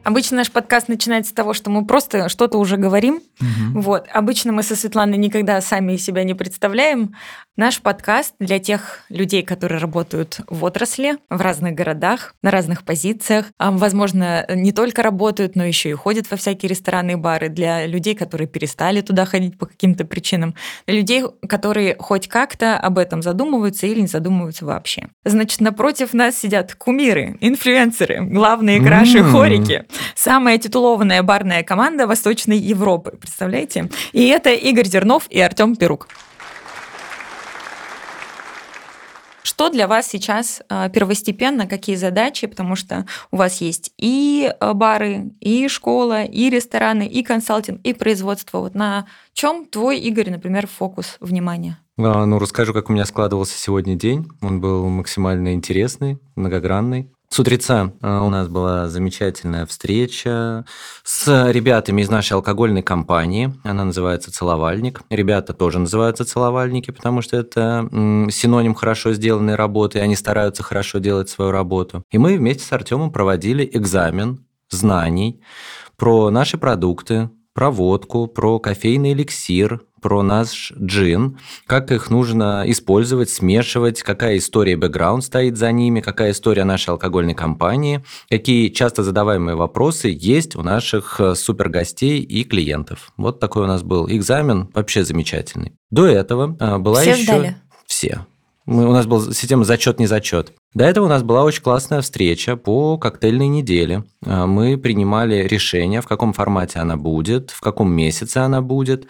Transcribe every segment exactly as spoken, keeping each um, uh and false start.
Обычно наш подкаст начинается с того, что мы просто что-то уже говорим. Угу. Вот. Обычно мы со Светланой никогда сами себя не представляем. Наш подкаст для тех людей, которые работают в отрасли, в разных городах, на разных позициях. Возможно, не только работают, но еще и ходят во всякие рестораны и бары. Для людей, которые перестали туда ходить по каким-то причинам. Для людей, которые хоть как-то об этом задумываются или не задумываются вообще. Значит, напротив нас сидят кумиры, инфлюенсеры, главные краши, mm. хорики. Самая титулованная барная команда Восточной Европы. Представляете? И это Игорь Зернов и Артем Перук. Что для вас сейчас первостепенно, какие задачи? Потому что у вас есть и бары, и школа, и рестораны, и консалтинг, и производство. Вот на чем твой, Игорь, например, фокус внимания? Ну, расскажу, как у меня складывался сегодня день. Он был максимально интересный, многогранный. С утреца у нас была замечательная встреча с ребятами из нашей алкогольной компании. Она называется «Целовальник». Ребята тоже называются «Целовальники», потому что это синоним хорошо сделанной работы, и они стараются хорошо делать свою работу. И мы вместе с Артемом проводили экзамен знаний про наши продукты, про водку, про кофейный эликсир, про наш джин, как их нужно использовать, смешивать, какая история, бэкграунд стоит за ними, какая история нашей алкогольной компании, какие часто задаваемые вопросы есть у наших супергостей и клиентов. Вот такой у нас был экзамен, вообще замечательный. До этого была Все еще... сдали? Все. Мы, у нас была система зачет-не зачет. До этого у нас была очень классная встреча по коктейльной неделе. Мы принимали решение, в каком формате она будет, в каком месяце она будет,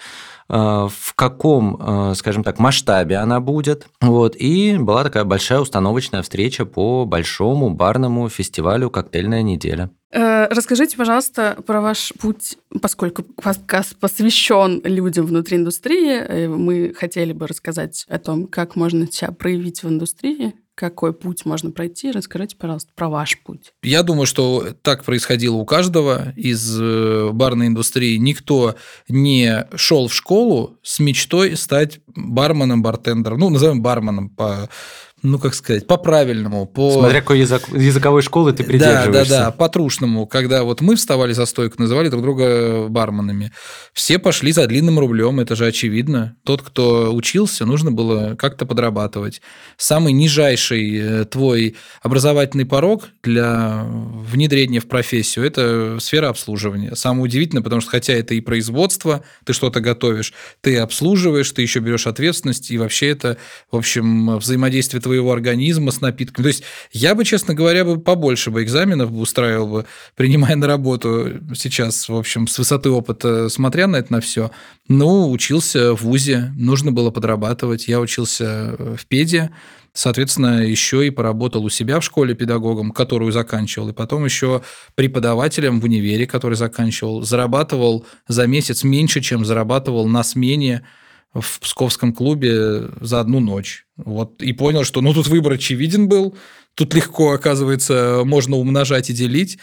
в каком, скажем так, масштабе она будет. Вот. И была такая большая установочная встреча по большому барному фестивалю «Коктейльная неделя». Расскажите, пожалуйста, про ваш путь, поскольку подкаст посвящен людям внутри индустрии. Мы хотели бы рассказать о том, как можно себя проявить в индустрии, какой путь можно пройти. Расскажите, пожалуйста, про ваш путь. Я думаю, что так происходило у каждого из барной индустрии. Никто не шел в школу с мечтой стать барменом, бартендером. Ну, назовем барменом по... ну, как сказать, по-правильному. По... Смотря какой язык, языковой школы ты придерживаешься. Да, да, да, по-трушному. Когда вот мы вставали за стойку, называли друг друга барменами. Все пошли за длинным рублем, это же очевидно. Тот, кто учился, нужно было как-то подрабатывать. Самый нижайший твой образовательный порог для внедрения в профессию – это сфера обслуживания. Самое удивительное, потому что хотя это и производство, ты что-то готовишь, ты обслуживаешь, ты еще берешь ответственность, и вообще это, в общем, взаимодействие твоего организма с напитками. То есть я бы, честно говоря, бы побольше бы экзаменов бы устраивал бы, принимая на работу сейчас, в общем, с высоты опыта, смотря на это на все. Ну, учился в вузе, нужно было подрабатывать. Я учился в педе, соответственно, еще и поработал у себя в школе педагогом, которую заканчивал, и потом еще преподавателем в универе, который заканчивал. Зарабатывал за месяц меньше, чем зарабатывал на смене в Псковском клубе за одну ночь. Вот. И понял, что ну, тут выбор очевиден был, тут легко, оказывается, можно умножать и делить.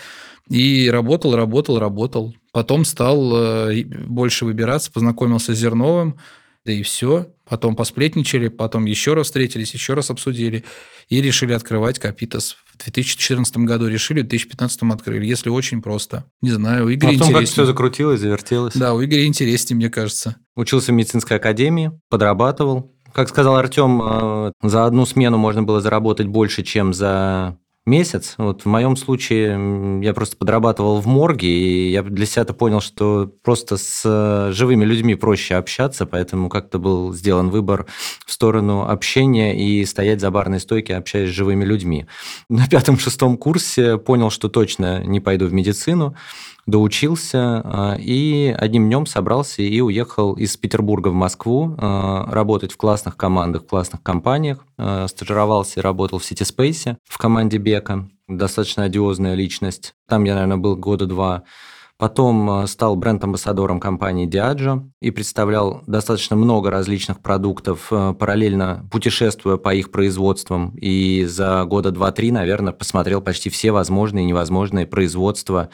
И работал, работал, работал. Потом стал больше выбираться, познакомился с Зерновым, да и все. Потом посплетничали, потом еще раз встретились, еще раз обсудили и решили открывать Капитас. В две тысячи четырнадцатом году решили, в две тысячи пятнадцатом открыли. Если очень просто. Не знаю, у Игоря а потом интереснее. как все закрутилось, завертелось. Да, у Игоря интереснее, мне кажется. Учился в медицинской академии, подрабатывал. Как сказал Артем, за одну смену можно было заработать больше, чем за месяц. Вот в моем случае я просто подрабатывал в морге, и я для себя-то понял, что просто с живыми людьми проще общаться, поэтому как-то был сделан выбор в сторону общения и стоять за барной стойкой, общаясь с живыми людьми. На пятом-шестом курсе понял, что точно не пойду в медицину, доучился и одним днем собрался и уехал из Петербурга в Москву работать в классных командах, в классных компаниях. Стажировался и работал в Ситиспейсе в команде Бека. Достаточно одиозная личность. Там я, наверное, был года два. Потом стал бренд-амбассадором компании Diageo и представлял достаточно много различных продуктов, параллельно путешествуя по их производствам. И за года два-три, наверное, посмотрел почти все возможные и невозможные производства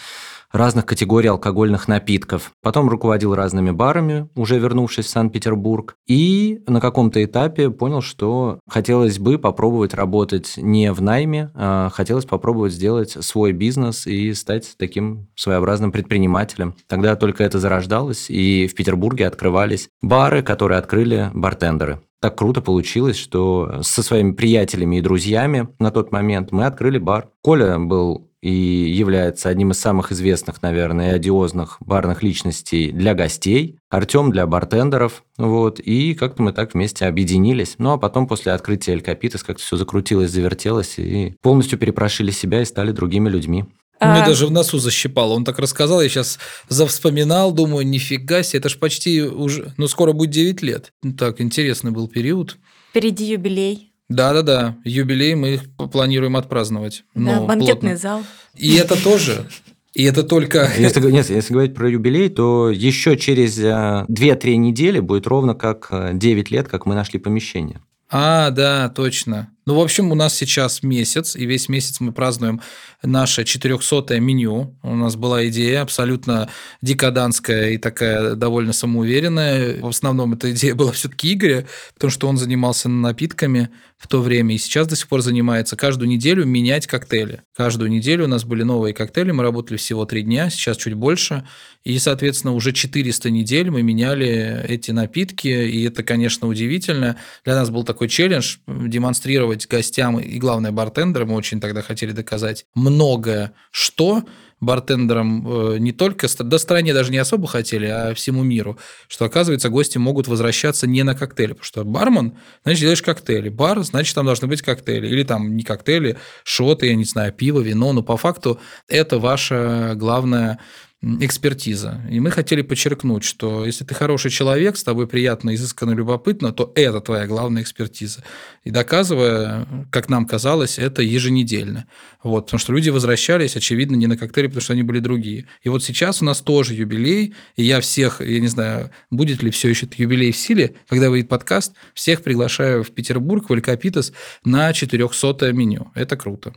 разных категорий алкогольных напитков. Потом руководил разными барами, уже вернувшись в Санкт-Петербург. И на каком-то этапе понял, что хотелось бы попробовать работать не в найме, а хотелось попробовать сделать свой бизнес и стать таким своеобразным предпринимателем. Тогда только это зарождалось, и в Петербурге открывались бары, которые открыли бартендеры. Так круто получилось, что со своими приятелями и друзьями на тот момент мы открыли бар. Коля был и является одним из самых известных, наверное, и одиозных барных личностей для гостей. Артем для бартендеров. Вот, и как-то мы так вместе объединились. Ну, а потом после открытия Эль Капитас как-то все закрутилось, завертелось, и полностью перепрошили себя и стали другими людьми. Мне А... даже в носу защипало. Он так рассказал, я сейчас завспоминал, думаю, нифига себе, это ж почти уже, ну, скоро будет девять лет. Так, интересный был период. Впереди юбилей. Да-да-да, юбилей мы планируем отпраздновать. Да, ну, банкетный плотно. зал. И это тоже... И это только... Если, нет, если говорить про юбилей, то еще через две-три недели будет ровно как девять лет, как мы нашли помещение. А, да, точно. Ну, в общем, у нас сейчас месяц, и весь месяц мы празднуем наше четырехсотое меню. У нас была идея абсолютно декаданская и такая довольно самоуверенная. В основном эта идея была все-таки Игоря, потому что он занимался напитками в то время, и сейчас до сих пор занимается каждую неделю менять коктейли. Каждую неделю у нас были новые коктейли, мы работали всего три дня, сейчас чуть больше, и, соответственно, уже четыреста недель мы меняли эти напитки, и это, конечно, удивительно. Для нас был такой челлендж демонстрировать гостям и, главное, бартендерам, мы очень тогда хотели доказать многое, что бартендерам не только, да, стране даже не особо хотели, а всему миру, что, оказывается, гости могут возвращаться не на коктейли, потому что бармен, значит, делаешь коктейли, бар, значит, там должны быть коктейли, или там не коктейли, шоты, я не знаю, пиво, вино, но по факту это ваша главная экспертиза. И мы хотели подчеркнуть, что если ты хороший человек, с тобой приятно, изысканно, любопытно, то это твоя главная экспертиза. И доказывая, как нам казалось, это еженедельно. Вот, потому что люди возвращались, очевидно, не на коктейли, потому что они были другие. И вот сейчас у нас тоже юбилей, и я всех, я не знаю, будет ли все еще этот юбилей в силе, когда выйдет подкаст, всех приглашаю в Петербург, в Эль Капитас на четырехсотое меню. Это круто.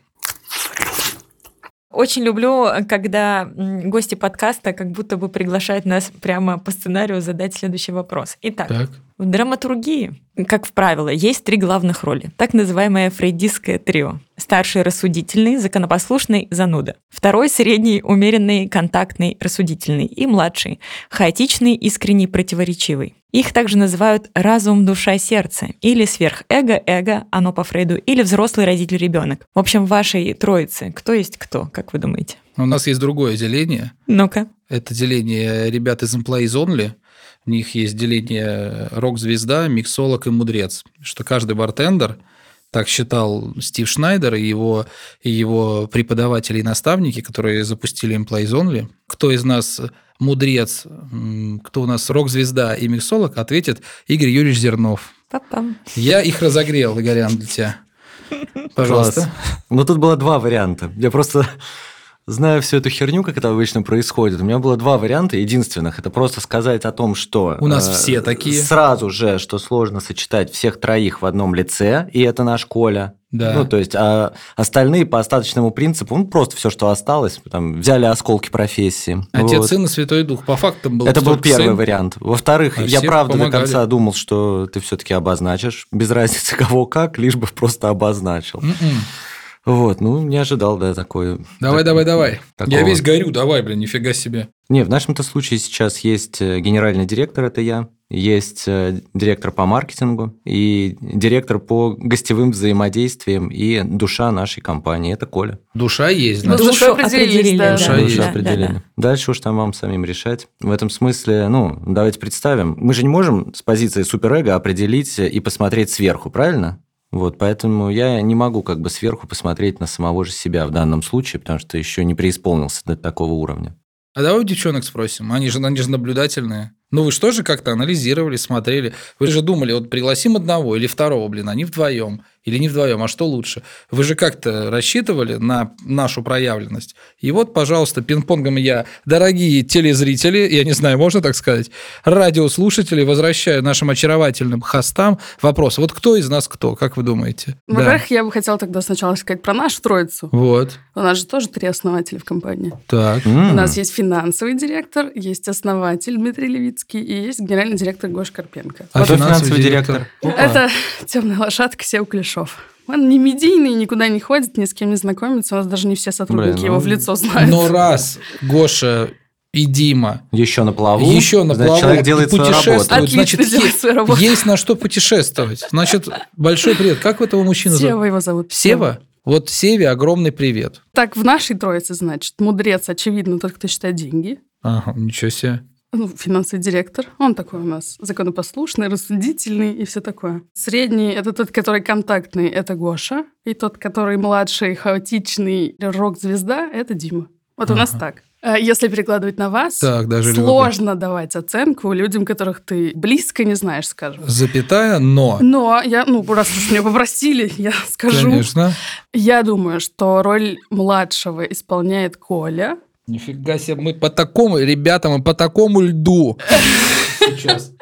Очень люблю, когда гости подкаста как будто бы приглашают нас прямо по сценарию задать следующий вопрос. Итак, Так. в драматургии, как в правило, есть три главных роли. Так называемое фрейдистское трио. Старший рассудительный, законопослушный, зануда. Второй средний, умеренный, контактный, рассудительный. И младший, хаотичный, искренний, противоречивый. Их также называют разум, душа, сердце. Или сверхэго, эго, оно по Фрейду, или взрослый родитель-ребенок. В общем, в вашей троице кто есть кто, как вы думаете? У нас есть другое деление. Ну-ка. Это деление ребят из Employees Only. У них есть деление рок-звезда, миксолог и мудрец. Что каждый бартендер, так считал Стив Шнайдер и его, и его преподаватели и наставники, которые запустили Employees Only. Кто из нас мудрец, кто у нас рок-звезда и миксолог, ответит Игорь Юрьевич Зернов. Па-пам. Я их разогрел, Игорян, для тебя. Пожалуйста. Класс. Ну, тут было два варианта. Я просто... Знаю всю эту херню, как это обычно происходит. У меня было два варианта единственных. Это просто сказать о том, что... У нас э, все такие. Сразу же, что сложно сочетать всех троих в одном лице, и это наш Коля. Да. Ну, то есть, а остальные по остаточному принципу, ну, просто все, что осталось, там, взяли осколки профессии. Отец, вот. Сын и Святой Дух. По факту был Это был первый сын. вариант. Во-вторых, А я все правда помогали. до конца думал, что ты все-таки обозначишь. Без разницы кого как, лишь бы просто обозначил. М-м. Вот, ну, не ожидал, да, такой... Давай, так, давай, давай. такого. Я весь горю, давай, блин, нифига себе. Не, в нашем-то случае сейчас есть генеральный директор, это я, есть директор по маркетингу и директор по гостевым взаимодействиям и душа нашей компании, это Коля. Душа есть, Ну, значит. душу определили, да. Душа Душа есть. определили. Да, да. Дальше уж там вам самим решать. В этом смысле, ну, давайте представим, мы же не можем с позиции суперэго определить и посмотреть сверху, правильно? Вот, поэтому я не могу как бы сверху посмотреть на самого же себя в данном случае, потому что еще не преисполнился до такого уровня. А давай у девчонок спросим, они же, они же наблюдательные. Ну вы что же как-то анализировали, смотрели? Вы же думали, вот пригласим одного или второго, блин, они вдвоем. или не вдвоем, а что лучше? Вы же как-то рассчитывали на нашу проявленность. И вот, пожалуйста, пинг-понгом я, дорогие телезрители, я не знаю, можно так сказать, радиослушатели, возвращаю нашим очаровательным хостам вопрос. Вот кто из нас кто, как вы думаете? Во-первых, да. я бы хотела тогда сначала сказать про нашу троицу. Вот. У нас же тоже три основателя в компании. Так. М. У нас есть финансовый директор, есть основатель Дмитрий Левицкий и есть генеральный директор Гоша Карпенко. А Кто финансовый финансовый директор? директор? Это темная лошадка Сева Кулешов. Он не медийный, никуда не ходит, ни с кем не знакомится. У нас даже не все сотрудники Блин, его ну, в лицо знают. Но раз Гоша и Дима Еще на плаву. еще на Значит, плаву человек делает свою путешествует, работу. Отлично значит, делает есть, свою работу. есть на что путешествовать. Значит, большой привет. Как вы этого мужчину зовут? Сева его зовут. Сева? Вот Севе огромный привет. Так, в нашей троице, значит, мудрец, очевидно, тот, кто считает деньги. Ага, ничего себе. Ну, финансовый директор. Он такой у нас законопослушный, рассудительный и все такое. Средний – это тот, который контактный, это Гоша. И тот, который младший, хаотичный, рок-звезда – это Дима. Вот у нас Ага. так. А Если перекладывать на вас, Так, даже сложно давать оценку людям, которых ты близко не знаешь, скажем. Запятая, но. Но я, ну, раз уж меня попросили, я скажу. Конечно. Я думаю, что роль младшего исполняет Коля. Нифига себе, мы по такому, ребята, мы по такому льду сейчас.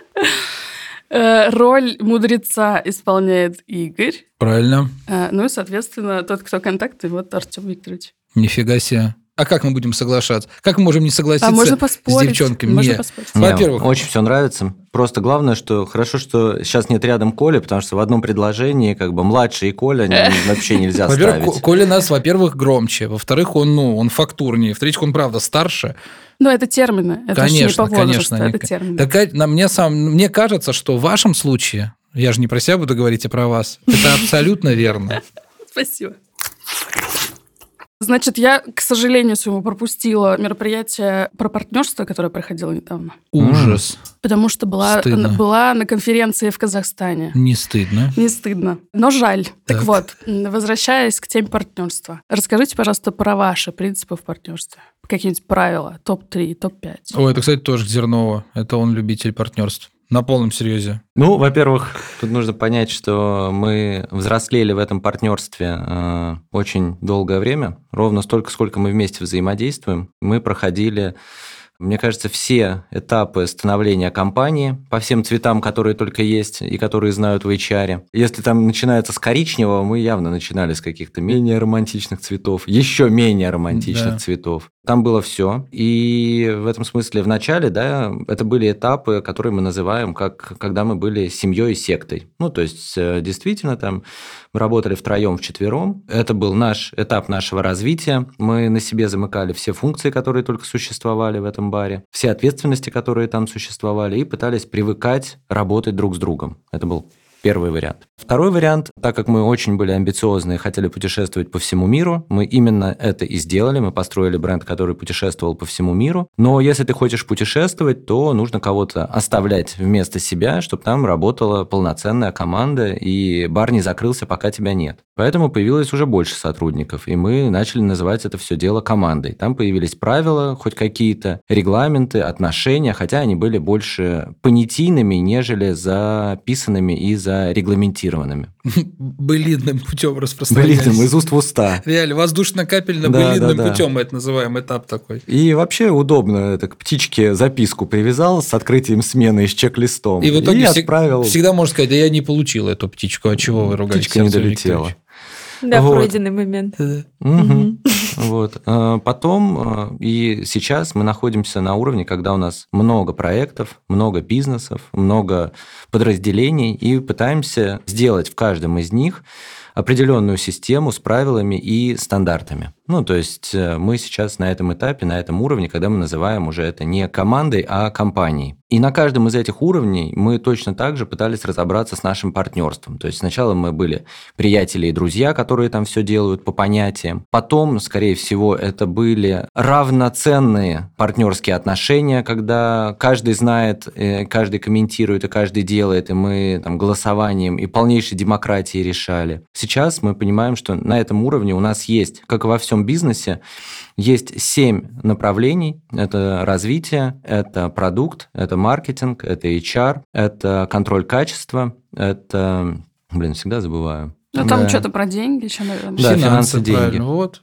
Э, Роль мудреца исполняет Игорь. Правильно. Э, Ну и, соответственно, тот, кто контактный, вот Артем Викторович. Нифига себе. А как мы будем соглашаться? Как мы можем не согласиться А можно с поспорить. девчонками? Можно Нет. поспорить. Не, Во-первых. очень все нравится. Просто главное, что хорошо, что сейчас нет рядом Коли, потому что в одном предложении как бы младший и Коля не- вообще нельзя Во-первых, ставить. Ко- Коля нас, во-первых, громче. Во-вторых, он, ну, он фактурнее. В-третьих, он, правда, старше. Ну, это термины. Это же не по возрасту, это они- термины. Так, а, на- мне, сам, мне кажется, что в вашем случае, я же не про себя буду говорить, а про вас, это абсолютно верно. Спасибо. Значит, я, к сожалению своему, пропустила мероприятие про партнерство, которое проходило недавно. Ужас. Потому что была, Стыдно. была на конференции в Казахстане. Не стыдно. Не стыдно, но жаль. Так, Так. вот, м, возвращаясь к теме партнерства. Расскажите, пожалуйста, про ваши принципы в партнерстве. Какие-нибудь правила, топ три, топ пять. Ой, это, кстати, тоже Зернова. Это он любитель партнерств. На полном серьезе. Ну, во-первых, тут нужно понять, что мы взрослели в этом партнерстве э, очень долгое время, ровно столько, сколько мы вместе взаимодействуем. Мы проходили, мне кажется, все этапы становления компании по всем цветам, которые только есть и которые знают в эйч ар. Если там начинается с коричневого, мы явно начинали с каких-то менее романтичных цветов, еще менее романтичных Да. цветов. Там было все. И в этом смысле в начале, да, это были этапы, которые мы называем как когда мы были семьей и сектой. Ну, то есть, э, действительно, там мы работали втроем, вчетвером. Это был наш этап нашего развития. Мы на себе замыкали все функции, которые только существовали в этом баре, все ответственности, которые там существовали, и пытались привыкать работать друг с другом. Это был первый вариант. Второй вариант, так как мы очень были амбициозны и хотели путешествовать по всему миру, мы именно это и сделали. Мы построили бренд, который путешествовал по всему миру. Но если ты хочешь путешествовать, то нужно кого-то оставлять вместо себя, чтобы там работала полноценная команда, и бар не закрылся, пока тебя нет. Поэтому появилось уже больше сотрудников, и мы начали называть это все дело командой. Там появились правила, хоть какие-то регламенты, отношения, хотя они были больше понятийными, нежели записанными и зарегламентированными. Былинным путем распространялись. Былитым, из уст в уста. Реально, воздушно-капельно-былинным Да, да, да. путем мы это называем, этап такой. И вообще удобно, это к птичке записку привязал с открытием смены и с чек-листом. И в итоге всег- отправил. всегда можно сказать, да я не получил эту птичку, а чего вы ругаетесь? Птичка не Артём долетела. Викторович? Да, Вот. пройденный момент. Мгм. Вот. А Потом а, и сейчас мы находимся на уровне, когда у нас много проектов, много бизнесов, много подразделений, и пытаемся сделать в каждом из них определенную систему с правилами и стандартами. Ну, то есть э, мы сейчас на этом этапе, на этом уровне, когда мы называем уже это не командой, а компанией. И на каждом из этих уровней мы точно так же пытались разобраться с нашим партнерством. То есть сначала мы были приятели и друзья, которые там все делают по понятиям. Потом, скорее всего, это были равноценные партнерские отношения, когда каждый знает, э, каждый комментирует и каждый делает, и мы там голосованием и полнейшей демократией решали. Сейчас мы понимаем, что на этом уровне у нас есть, как и во всем бизнесе, есть семь направлений. Это развитие, это продукт, это маркетинг, это эйч ар, это контроль качества, это Блин, всегда забываю. Ну, там Да. что-то про деньги еще, наверное. Да, финансы, деньги. правильно, вот.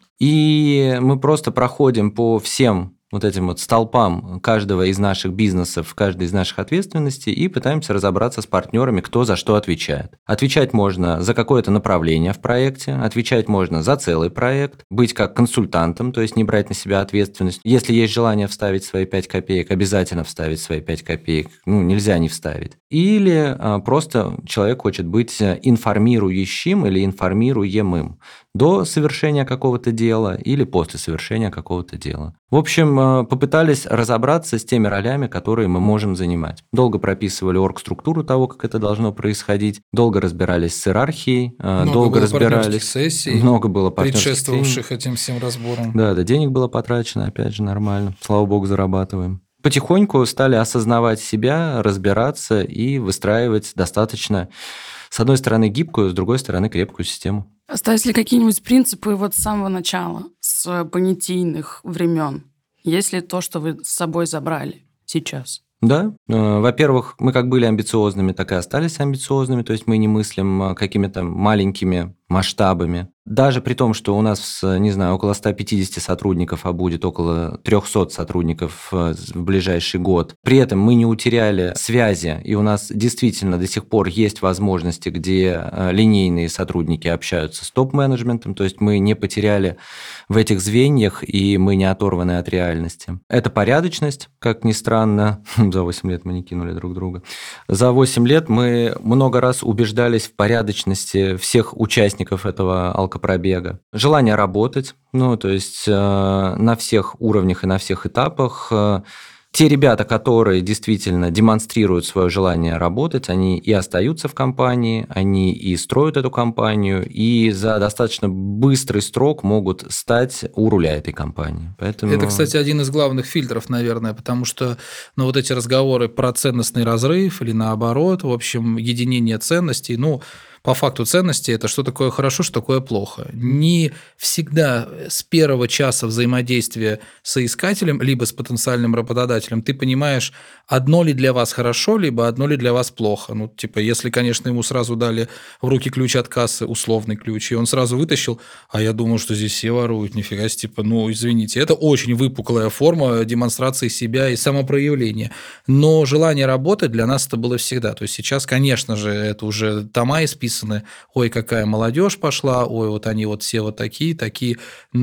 И мы просто проходим по всем вот этим вот столпам каждого из наших бизнесов, каждой из наших ответственностей и пытаемся разобраться с партнерами, кто за что отвечает. Отвечать можно за какое-то направление в проекте, отвечать можно за целый проект, быть как консультантом, то есть не брать на себя ответственность. Если есть желание вставить свои пять копеек, обязательно вставить свои пять копеек, ну, нельзя не вставить. Или а, просто человек хочет быть информирующим или информируемым до совершения какого-то дела или после совершения какого-то дела. В общем, попытались разобраться с теми ролями, которые мы можем занимать. Долго прописывали оргструктуру того, как это должно происходить, долго разбирались с иерархией, много долго было разбирались. Сессий, много было партнерских предшествовавших сессий. этим всем разборам. Да, да, денег было потрачено, опять же, нормально. Слава богу, зарабатываем. Потихоньку стали осознавать себя, разбираться и выстраивать достаточно, с одной стороны, гибкую, с другой стороны, крепкую систему. Остались ли какие-нибудь принципы вот с самого начала, с понятийных времен? Есть ли то, что вы с собой забрали сейчас? Да. Во-первых, мы как были амбициозными, так и остались амбициозными, то есть мы не мыслим какими-то маленькими масштабами. Даже при том, что у нас, не знаю, около ста пятидесяти сотрудников, а будет около трехсот сотрудников в ближайший год, при этом мы не утеряли связи, и у нас действительно до сих пор есть возможности, где линейные сотрудники общаются с топ-менеджментом, то есть мы не потеряли в этих звеньях, и мы не оторваны от реальности. Это порядочность, как ни странно. За восемь лет мы не кинули друг друга. За восемь лет мы много раз убеждались в порядочности всех участников этого алкопробега. Желание работать, ну, то есть э, на всех уровнях и на всех этапах. Э, те ребята, которые действительно демонстрируют свое желание работать, они и остаются в компании, они и строят эту компанию, и за достаточно быстрый срок могут стать у руля этой компании. Поэтому... Это, кстати, один из главных фильтров, наверное, потому что ну, вот эти разговоры про ценностный разрыв или наоборот, в общем, единение ценностей, ну, по факту ценности это что такое хорошо, что такое плохо. Не всегда с первого часа взаимодействия с соискателем либо с потенциальным работодателем ты понимаешь, одно ли для вас хорошо, либо одно ли для вас плохо. Ну, типа, если, конечно, ему сразу дали в руки ключ от кассы, условный ключ, и он сразу вытащил, а я думал, что здесь все воруют, нифига себе, типа, ну, извините, это очень выпуклая форма демонстрации себя и самопроявления. Но желание работать для нас это было всегда. То есть сейчас, конечно же, это уже тома исписаны, ой, какая молодежь пошла, ой, вот они вот все вот такие, такие.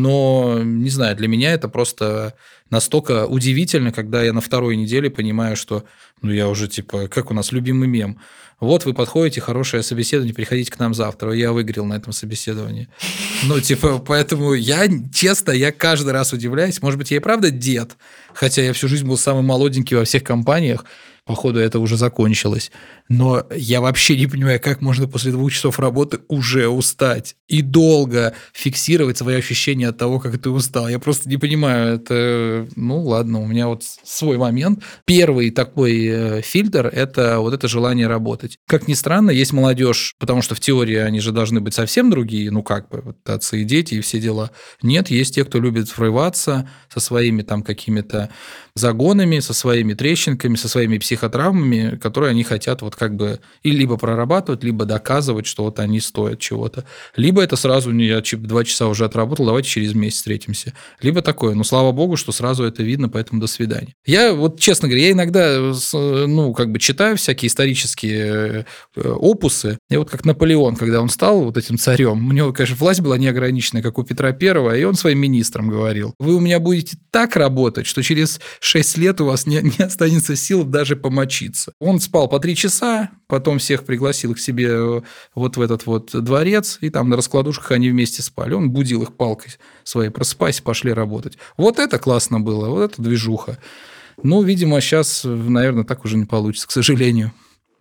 Но, не знаю, для меня это просто настолько удивительно, когда я на второй неделе понимаю, что, ну, я уже, типа, как у нас любимый мем. Вот вы подходите, хорошее собеседование, приходите к нам завтра. Я выиграл на этом собеседовании. Ну, типа, поэтому я, честно, я каждый раз удивляюсь. Может быть, я и правда дед, хотя я всю жизнь был самый молоденький во всех компаниях. Походу, это уже закончилось. Но я вообще не понимаю, как можно после двух часов работы уже устать и долго фиксировать свои ощущения от того, как ты устал. Я просто не понимаю. Это, ну, ладно, у меня вот свой момент. Первый такой фильтр – это вот это желание работать. Как ни странно, есть молодежь, потому что в теории они же должны быть совсем другие, ну, как бы, вот, отцы и дети и все дела. Нет, есть те, кто любит врываться со своими там какими-то загонами, со своими трещинками, со своими психологиями, психотравмами, которые они хотят вот как бы и либо прорабатывать, либо доказывать, что вот они стоят чего-то. Либо это сразу, я два часа уже отработал, давайте через месяц встретимся. Либо такое, ну, слава богу, что сразу это видно, поэтому до свидания. Я вот, честно говоря, я иногда, ну, как бы читаю всякие исторические опусы, и вот как Наполеон, когда он стал вот этим царем, у него, конечно, власть была неограниченная, как у Петра Первого, и он своим министрам говорил, вы у меня будете так работать, что через шесть лет у вас не, не останется сил даже помочиться. Он спал по три часа, потом всех пригласил к себе вот в этот вот дворец, и там на раскладушках они вместе спали. Он будил их палкой своей, просыпайся, пошли работать. Вот это классно было, вот это движуха. Ну, видимо, сейчас, наверное, так уже не получится, к сожалению.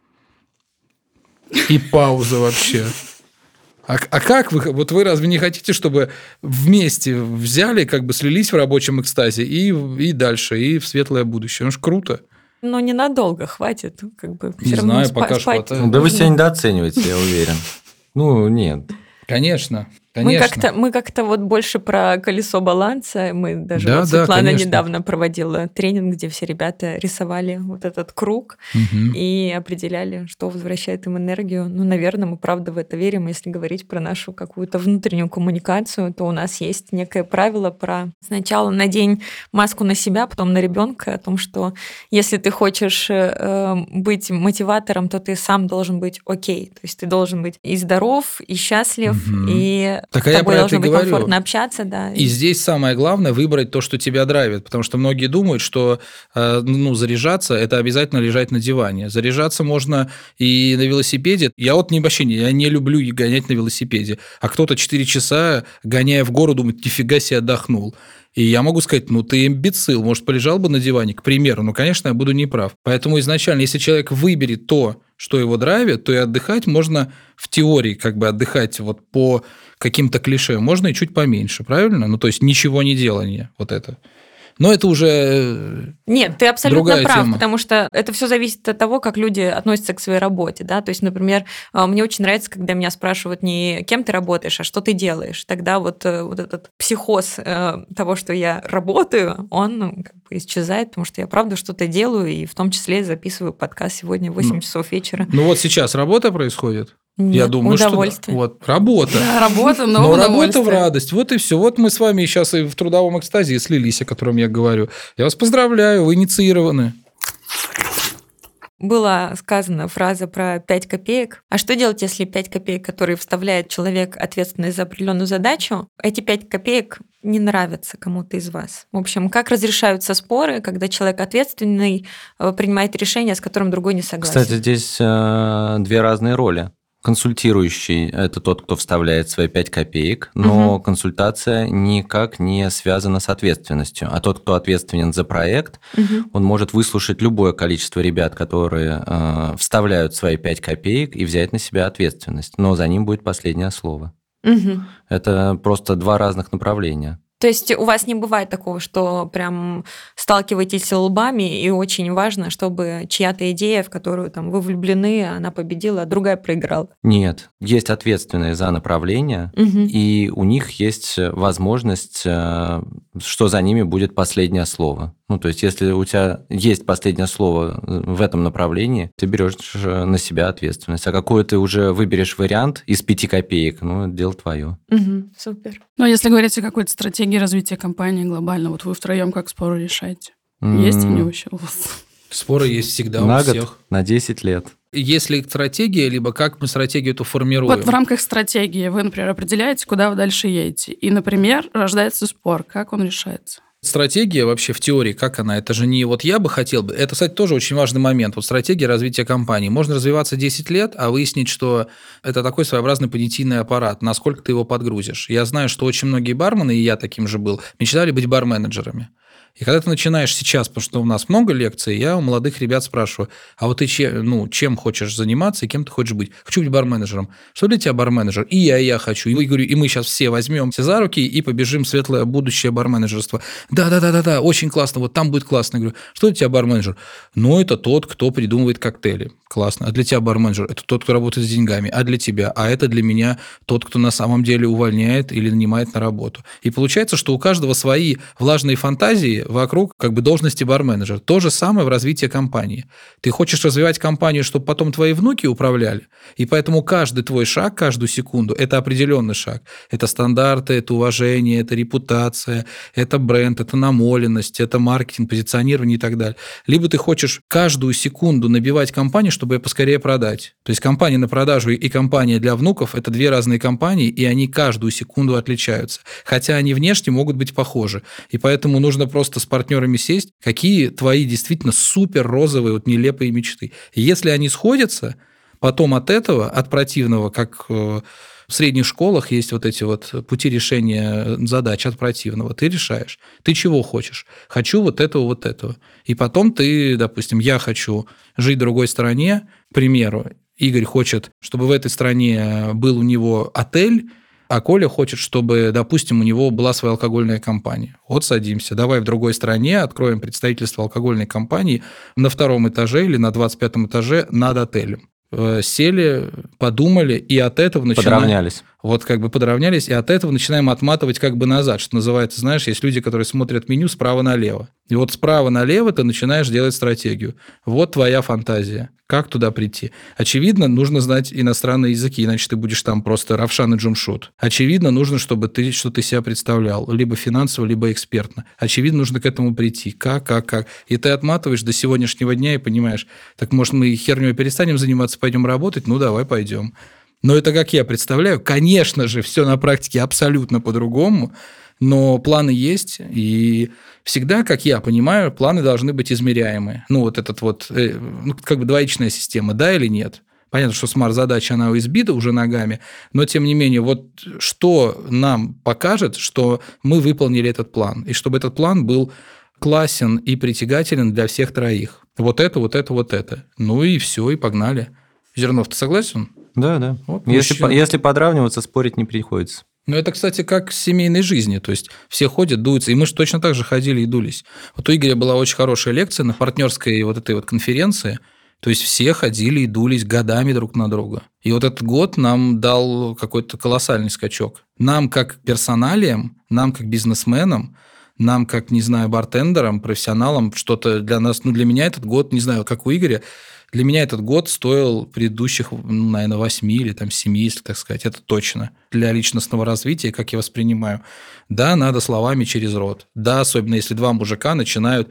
И пауза вообще. А, а как вы, вот вы разве не хотите, чтобы вместе взяли, как бы слились в рабочем экстазе и, и дальше, и в светлое будущее? Ну ж круто. Но ненадолго хватит. Как бы, не все знаю, равно пока спать. хватает. Да вы себя недооцениваете, я уверен. Ну, нет. Конечно. Мы как-то, мы как-то вот больше про колесо баланса. Мы даже да, вот Светлана да, недавно проводила тренинг, где все ребята рисовали вот этот круг угу. и определяли, что возвращает им энергию. Ну, наверное, мы правда в это верим. Если говорить про нашу какую-то внутреннюю коммуникацию, то у нас есть некое правило про сначала надень маску на себя, потом на ребенка, о том, что если ты хочешь э, быть мотиватором, то ты сам должен быть окей. То есть ты должен быть и здоров, и счастлив, угу. и так, с тобой должно быть говорю. комфортно общаться. Да. И здесь самое главное выбрать то, что тебя драйвит, потому что многие думают, что э, ну, заряжаться – это обязательно лежать на диване. Заряжаться можно и на велосипеде. Я вот не, вообще не, я не люблю гонять на велосипеде, а кто-то четыре часа, гоняя в гору, думает, нифига себе отдохнул. И я могу сказать, ну, ты имбецил, может, полежал бы на диване, к примеру. Ну, конечно, я буду неправ. Поэтому изначально, если человек выберет то, что его драйвит, то и отдыхать можно в теории, как бы отдыхать вот по каким-то клише, можно и чуть поменьше, правильно? Ну, то есть ничего не делание, вот это. Но это уже Нет, ты абсолютно другая прав, тема. Потому что это все зависит от того, как люди относятся к своей работе. Да? То есть, например, мне очень нравится, когда меня спрашивают не кем ты работаешь, а что ты делаешь. Тогда вот, вот этот психоз того, что я работаю, он ну, как бы исчезает, потому что я правда что-то делаю, и в том числе записываю подкаст сегодня в восемь ну, часов вечера. Ну вот сейчас работа происходит? Нет, я думаю, удовольствие. Что вот работа. Да, работа, но, но удовольствие. Работа в радость. Вот и все. Вот мы с вами сейчас и в трудовом экстазе слились, о котором я говорю. Я вас поздравляю, вы инициированы. Была сказана фраза про пять копеек. А что делать, если пять копеек, которые вставляет человек, ответственный за определенную задачу, эти пять копеек не нравятся кому-то из вас? В общем, как разрешаются споры, когда человек ответственный принимает решение, с которым другой не согласен? Кстати, здесь э, две разные роли. Консультирующий – это тот, кто вставляет свои пять копеек, но угу. консультация никак не связана с ответственностью. А тот, кто ответственен за проект, угу. он может выслушать любое количество ребят, которые э, вставляют свои пять копеек и взять на себя ответственность. Но за ним будет последнее слово. Угу. Это просто два разных направления. То есть у вас не бывает такого, что прям сталкиваетесь лбами, и очень важно, чтобы чья-то идея, в которую там, вы влюблены, она победила, а другая проиграла? Нет. Есть ответственные за направление, угу. и у них есть возможность, что за ними будет последнее слово. Ну, то есть, если у тебя есть последнее слово в этом направлении, ты берешь на себя ответственность. А какой ты уже выберешь вариант из пяти копеек, ну, это дело твое. Угу, супер. Ну, если говорить о какой-то стратегии развития компании глобально, вот вы втроем как споры решаете? Mm. Есть они вообще у вас? Споры есть всегда на у всех. Год, на десять лет. Если стратегия, либо как мы стратегию эту формируем? Вот в рамках стратегии вы, например, определяете, куда вы дальше едете. И, например, рождается спор. Как он решается? Стратегия вообще в теории, как она? Это же не вот я бы хотел бы. Это, кстати, тоже очень важный момент. Вот стратегия развития компании. Можно развиваться десять лет, а выяснить, что это такой своеобразный понятийный аппарат. Насколько ты его подгрузишь. Я знаю, что очень многие бармены, и я таким же был, мечтали быть бар-менеджерами. И когда ты начинаешь сейчас, потому что у нас много лекций, я у молодых ребят спрашиваю, а вот ты чем, ну, чем хочешь заниматься и кем ты хочешь быть? Хочу быть бар-менеджером. Что для тебя бар-менеджер? И я, и я хочу. И, говорю, и мы сейчас все возьмемся за руки и побежим в светлое будущее бар-менеджерства. Да-да-да-да, очень классно, вот там будет классно. Я говорю, что для тебя бар-менеджер? Ну, это тот, кто придумывает коктейли. Классно. А для тебя бар-менеджер? Это тот, кто работает с деньгами. А для тебя? А это для меня тот, кто на самом деле увольняет или нанимает на работу. И получается, что у каждого свои влажные фантазии вокруг как бы должности бар-менеджера. То же самое в развитии компании. Ты хочешь развивать компанию, чтобы потом твои внуки управляли, и поэтому каждый твой шаг, каждую секунду – это определенный шаг. Это стандарты, это уважение, это репутация, это бренд, это намоленность, это маркетинг, позиционирование и так далее. Либо ты хочешь каждую секунду набивать компанию, чтобы ее поскорее продать. То есть компания на продажу и компания для внуков – это две разные компании, и они каждую секунду отличаются. Хотя они внешне могут быть похожи. И поэтому нужно просто с партнерами сесть, какие твои действительно супер розовые, вот нелепые мечты. И если они сходятся, потом от этого, от противного, как в средних школах есть вот эти вот пути решения задач от противного, ты решаешь. Ты чего хочешь? Хочу вот этого, вот этого. И потом ты, допустим, я хочу жить в другой стране, к примеру, Игорь хочет, чтобы в этой стране был у него отель, а Коля хочет, чтобы, допустим, у него была своя алкогольная компания. Вот садимся, давай в другой стране откроем представительство алкогольной компании на втором этаже или на двадцать пятом этаже над отелем. Сели, подумали, и от этого начинаем... Подравнялись. Вот как бы подравнялись, и от этого начинаем отматывать как бы назад, что называется, знаешь, есть люди, которые смотрят меню справа налево. И вот справа налево ты начинаешь делать стратегию. Вот твоя фантазия. Как туда прийти? Очевидно, нужно знать иностранные языки, иначе ты будешь там просто Равшан и Джумшут. Очевидно, нужно, чтобы ты что-то из себя представлял, либо финансово, либо экспертно. Очевидно, нужно к этому прийти. Как, как, как? И ты отматываешь до сегодняшнего дня и понимаешь, так может мы херней перестанем заниматься, пойдем работать? Ну давай пойдем. Но это как я представляю. Конечно же, все на практике абсолютно по-другому, но планы есть, и всегда, как я понимаю, планы должны быть измеряемые. Ну, вот этот вот, ну, как бы двоичная система, да или нет? Понятно, что смарт-задача, она избита уже ногами, но, тем не менее, вот что нам покажет, что мы выполнили этот план, и чтобы этот план был классен и притягателен для всех троих. Вот это, вот это, вот это. Ну и все, и погнали. Зернов, ты согласен? Да, да. Вот, если, мужчина. если подравниваться, спорить не приходится. Ну, это, кстати, как в семейной жизни. То есть все ходят, дуются. И мы же точно так же ходили и дулись. Вот у Игоря была очень хорошая лекция на партнерской вот этой вот конференции. То есть все ходили и дулись годами друг на друга. И вот этот год нам дал какой-то колоссальный скачок. Нам, как персоналиям, нам, как бизнесменам, нам, как, не знаю, бартендерам, профессионалам, что-то для нас... Ну, для меня этот год, не знаю, как у Игоря, для меня этот год стоил предыдущих, ну, наверное, восьми или там семи, если так сказать. Это точно. Для личностного развития, как я воспринимаю. Да, надо словами через рот. Да, особенно если два мужика начинают: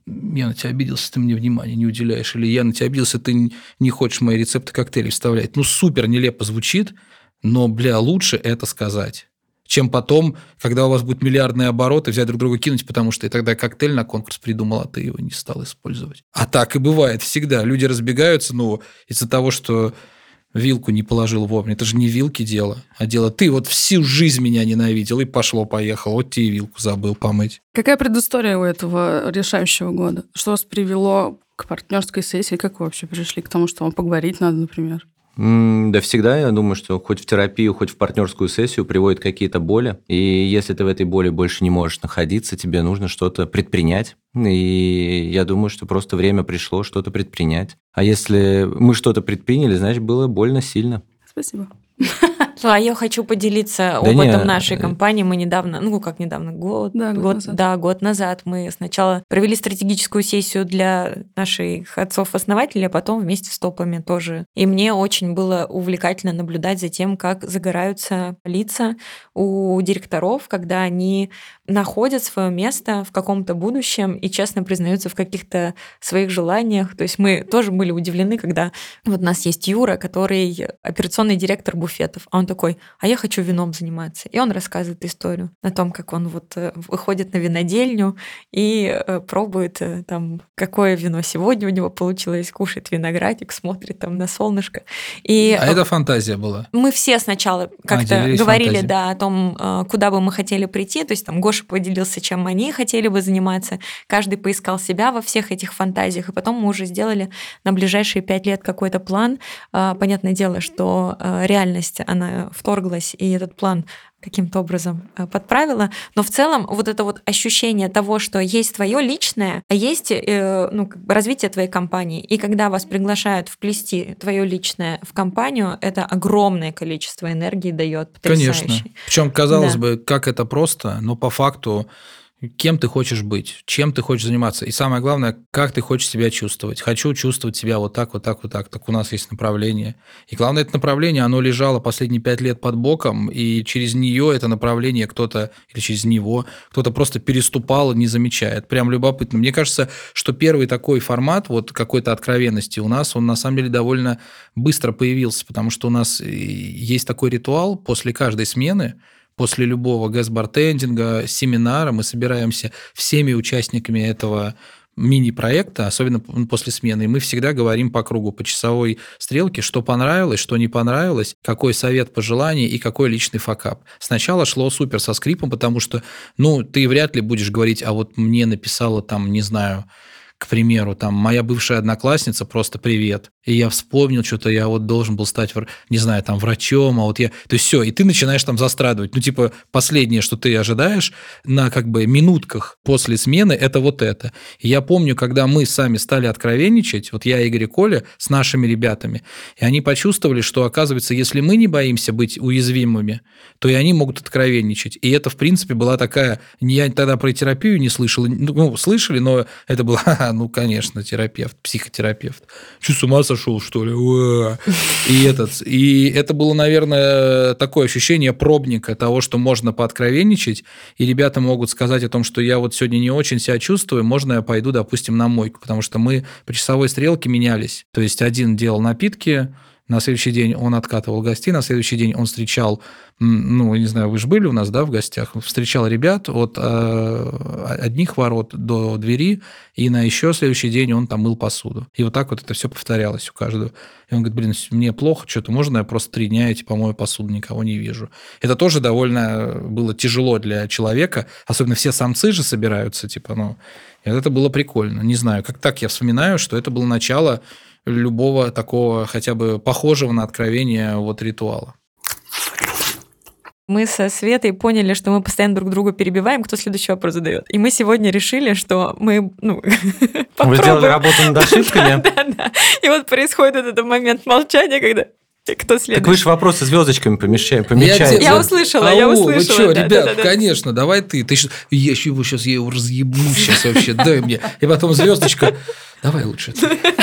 я на тебя обиделся, ты мне внимания не уделяешь. Или я на тебя обиделся, ты не хочешь мои рецепты коктейлей вставлять. Ну, супер нелепо звучит, но, бля, лучше это сказать, чем потом, когда у вас будут миллиардные обороты, взять друг друга кинуть, потому что и тогда коктейль на конкурс придумал, а ты его не стал использовать. А так и бывает всегда. Люди разбегаются, ну, из-за того, что вилку не положил вовремя. Это же не вилки дело, а дело: ты вот всю жизнь меня ненавидел, и пошло-поехало, вот тебе и вилку забыл помыть. Какая предыстория у этого решающего года? Что вас привело к партнерской сессии? Как вы вообще пришли к тому, что вам поговорить надо, например? Да всегда, я думаю, что хоть в терапию, хоть в партнерскую сессию приводят какие-то боли. И если ты в этой боли больше не можешь находиться, тебе нужно что-то предпринять. И я думаю, что просто время пришло что-то предпринять. А если мы что-то предприняли, значит, было больно сильно. Спасибо. А я хочу поделиться Да опытом не, нашей компании. Мы недавно, ну как недавно, год, Да, год год, назад. да, год назад мы сначала провели стратегическую сессию для наших отцов-основателей, а потом вместе с топами тоже. И мне очень было увлекательно наблюдать за тем, как загораются лица у директоров, когда они находят свое место в каком-то будущем и честно признаются в каких-то своих желаниях. То есть мы тоже были удивлены, когда вот у нас есть Юра, который операционный директор буфетов, а он такой: а я хочу вином заниматься. И он рассказывает историю о том, как он вот выходит на винодельню и пробует там, какое вино сегодня у него получилось, кушает виноградик, смотрит там на солнышко. И а это фантазия была? Мы все сначала как-то а, говорили, фантазией. да, о том, куда бы мы хотели прийти. То есть там Гоша поделился, чем они хотели бы заниматься. Каждый поискал себя во всех этих фантазиях. И потом мы уже сделали на ближайшие пять лет какой-то план. Понятное дело, что реальность, она вторглась, и этот план каким-то образом подправила. Но в целом вот это вот ощущение того, что есть твое личное, а есть ну, развитие твоей компании. И когда вас приглашают вплести твое личное в компанию, это огромное количество энергии дает. Конечно. Причем, казалось да. бы, как это просто, но по факту кем ты хочешь быть, чем ты хочешь заниматься. И самое главное, как ты хочешь себя чувствовать. Хочу чувствовать себя вот так, вот так, вот так. Так у нас есть направление. И главное, это направление, оно лежало последние пять лет под боком, и через нее это направление кто-то, или через него, кто-то просто переступал и не замечает. Прям любопытно. Мне кажется, что первый такой формат вот какой-то откровенности у нас, он на самом деле довольно быстро появился, потому что у нас есть такой ритуал после каждой смены. После любого гэс-бартендинга, семинара мы собираемся всеми участниками этого мини-проекта, особенно после смены, и мы всегда говорим по кругу, по часовой стрелке, что понравилось, что не понравилось, какой совет, пожелание и какой личный факап. Сначала шло супер со скрипом, потому что, ну, ты вряд ли будешь говорить: а вот мне написала там, не знаю, к примеру, там, моя бывшая одноклассница, просто привет. И я вспомнил, что-то я вот должен был стать, не знаю, там, врачом, а вот я... То есть все, и ты начинаешь там застрадывать. Ну, типа, последнее, что ты ожидаешь на, как бы, минутках после смены, это вот это. И я помню, когда мы сами стали откровенничать, вот я, Игорь и Коля, с нашими ребятами, и они почувствовали, что, оказывается, если мы не боимся быть уязвимыми, то и они могут откровенничать. И это, в принципе, была такая... Я тогда про терапию не слышал. Ну, слышали, но это было, ну, конечно, терапевт, психотерапевт. Что, с ума сошел, что ли? Уа! И, этот, и это было, наверное, такое ощущение пробника того, что можно пооткровенничать, и ребята могут сказать о том, что я вот сегодня не очень себя чувствую, можно я пойду, допустим, на мойку, потому что мы по часовой стрелке менялись. То есть один делал напитки, на следующий день он откатывал гостей, на следующий день он встречал, ну, не знаю, вы же были у нас, да, в гостях, встречал ребят от э, одних ворот до двери, и на еще следующий день он там мыл посуду. И вот так вот это все повторялось у каждого. И он говорит, блин, мне плохо, что-то можно я просто три дня эти помою посуду, никого не вижу. Это тоже довольно было тяжело для человека, особенно все самцы же собираются, типа, ну, и это было прикольно. Не знаю, как так я вспоминаю, что это было начало любого такого хотя бы похожего на откровение вот ритуала. Мы со Светой поняли, что мы постоянно друг друга перебиваем, кто следующий вопрос задает. И мы сегодня решили, что мы, ну, Вы сделали работу над ошибками? Да, да. И вот происходит этот момент молчания, когда кто следующий? Так вы же вопросы звездочками помещаете. Я, я услышала, Ау, я услышала. Вы что, да, ребят, да, да, конечно, давай ты. ты. Я еще его сейчас, я его разъебу сейчас вообще, дай мне. И потом звездочка, давай лучше.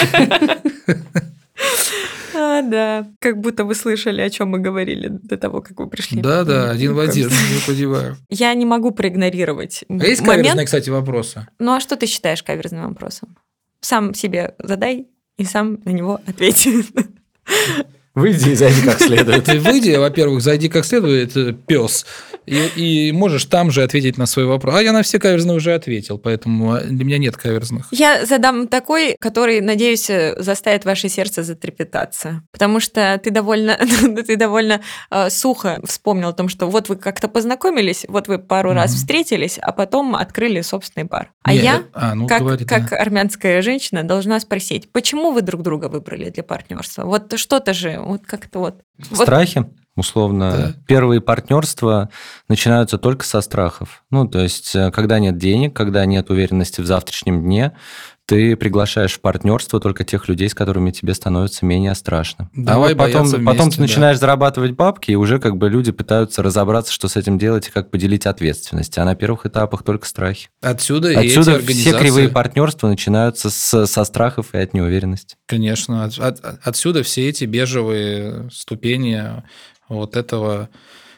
А, да, как будто вы слышали, о чем мы говорили до того, как вы пришли. Да, да, один в один, не понимаю. Я не могу проигнорировать А есть момент... каверзные, кстати, вопросы? Ну, а что ты считаешь каверзным вопросом? Сам себе задай и сам на него ответь. Выйди и зайди как следует. Ты выйди, во-первых, зайди как следует, пес, и, и можешь там же ответить на свой вопрос. А я на все каверзные уже ответил, поэтому для меня нет каверзных. Я задам такой, который, надеюсь, заставит ваше сердце затрепетаться. Потому что ты довольно, ты довольно э, сухо вспомнил о том, что вот вы как-то познакомились, вот вы пару mm-hmm. раз встретились, а потом открыли собственный бар. А Нет, я, а, ну, как, говори, как да. армянская женщина, должна спросить, почему вы друг друга выбрали для партнерства? Вот что-то же, вот как-то вот. Страхи? Условно, да. Первые партнерства начинаются только со страхов. Ну, то есть, когда нет денег, когда нет уверенности в завтрашнем дне, ты приглашаешь в партнерство только тех людей, с которыми тебе становится менее страшно. Давай а вот потом, вместе, потом ты да. начинаешь зарабатывать бабки, и уже как бы люди пытаются разобраться, что с этим делать и как поделить ответственность. А на первых этапах только страхи. Отсюда, Отсюда и эти организации... все кривые партнерства начинаются с, со страхов и от неуверенности. Конечно. От, от, отсюда все эти бежевые ступени вот этого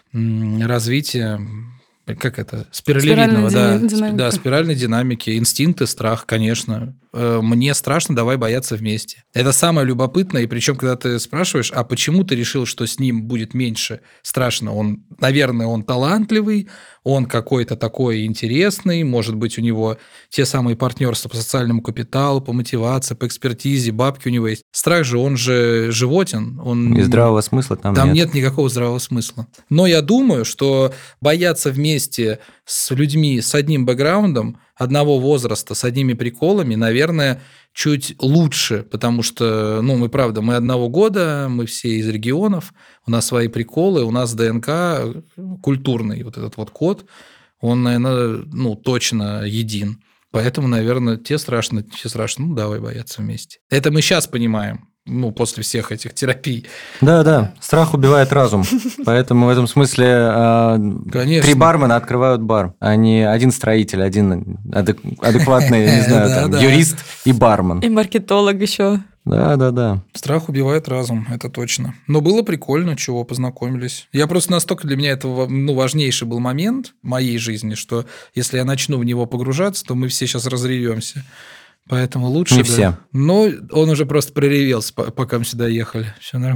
развития, как это, спиралевидного, да, динамика. да, спиральной динамики, инстинкты, страх, конечно. Мне страшно, давай бояться вместе. Это самое любопытное, и причем, когда ты спрашиваешь, а почему ты решил, что с ним будет меньше страшно? Он, наверное, он талантливый, он какой-то такой интересный, может быть, у него те самые партнерства по социальному капиталу, по мотивации, по экспертизе, бабки у него есть. Страх же, он же животен. Он... И здравого смысла там, там нет. нет никакого здравого смысла. Но я думаю, что бояться вместе с людьми с одним бэкграундом, одного возраста, с одними приколами, наверное, чуть лучше, потому что, ну, мы, правда, мы одного года, мы все из регионов, у нас свои приколы, у нас ДНК культурный, вот этот вот код, он, наверное, ну, точно един. Поэтому, наверное, те страшно, те страшно, ну, давай бояться вместе. Это мы сейчас понимаем. Ну, после всех этих терапий. Да, да, страх убивает разум. Поэтому в этом смысле э, три бармена открывают бар, а не один строитель, один адек- адекватный, не знаю, там, юрист и бармен. И маркетолог еще. Да, да, да. Страх убивает разум, это точно. Но было прикольно, чего познакомились. Я просто настолько для меня это, ну, важнейший был момент моей жизни, что если я начну в него погружаться, то мы все сейчас разревемся. Поэтому лучше... Не да. все. Но он уже просто проревелся, пока мы сюда ехали. Все нормально.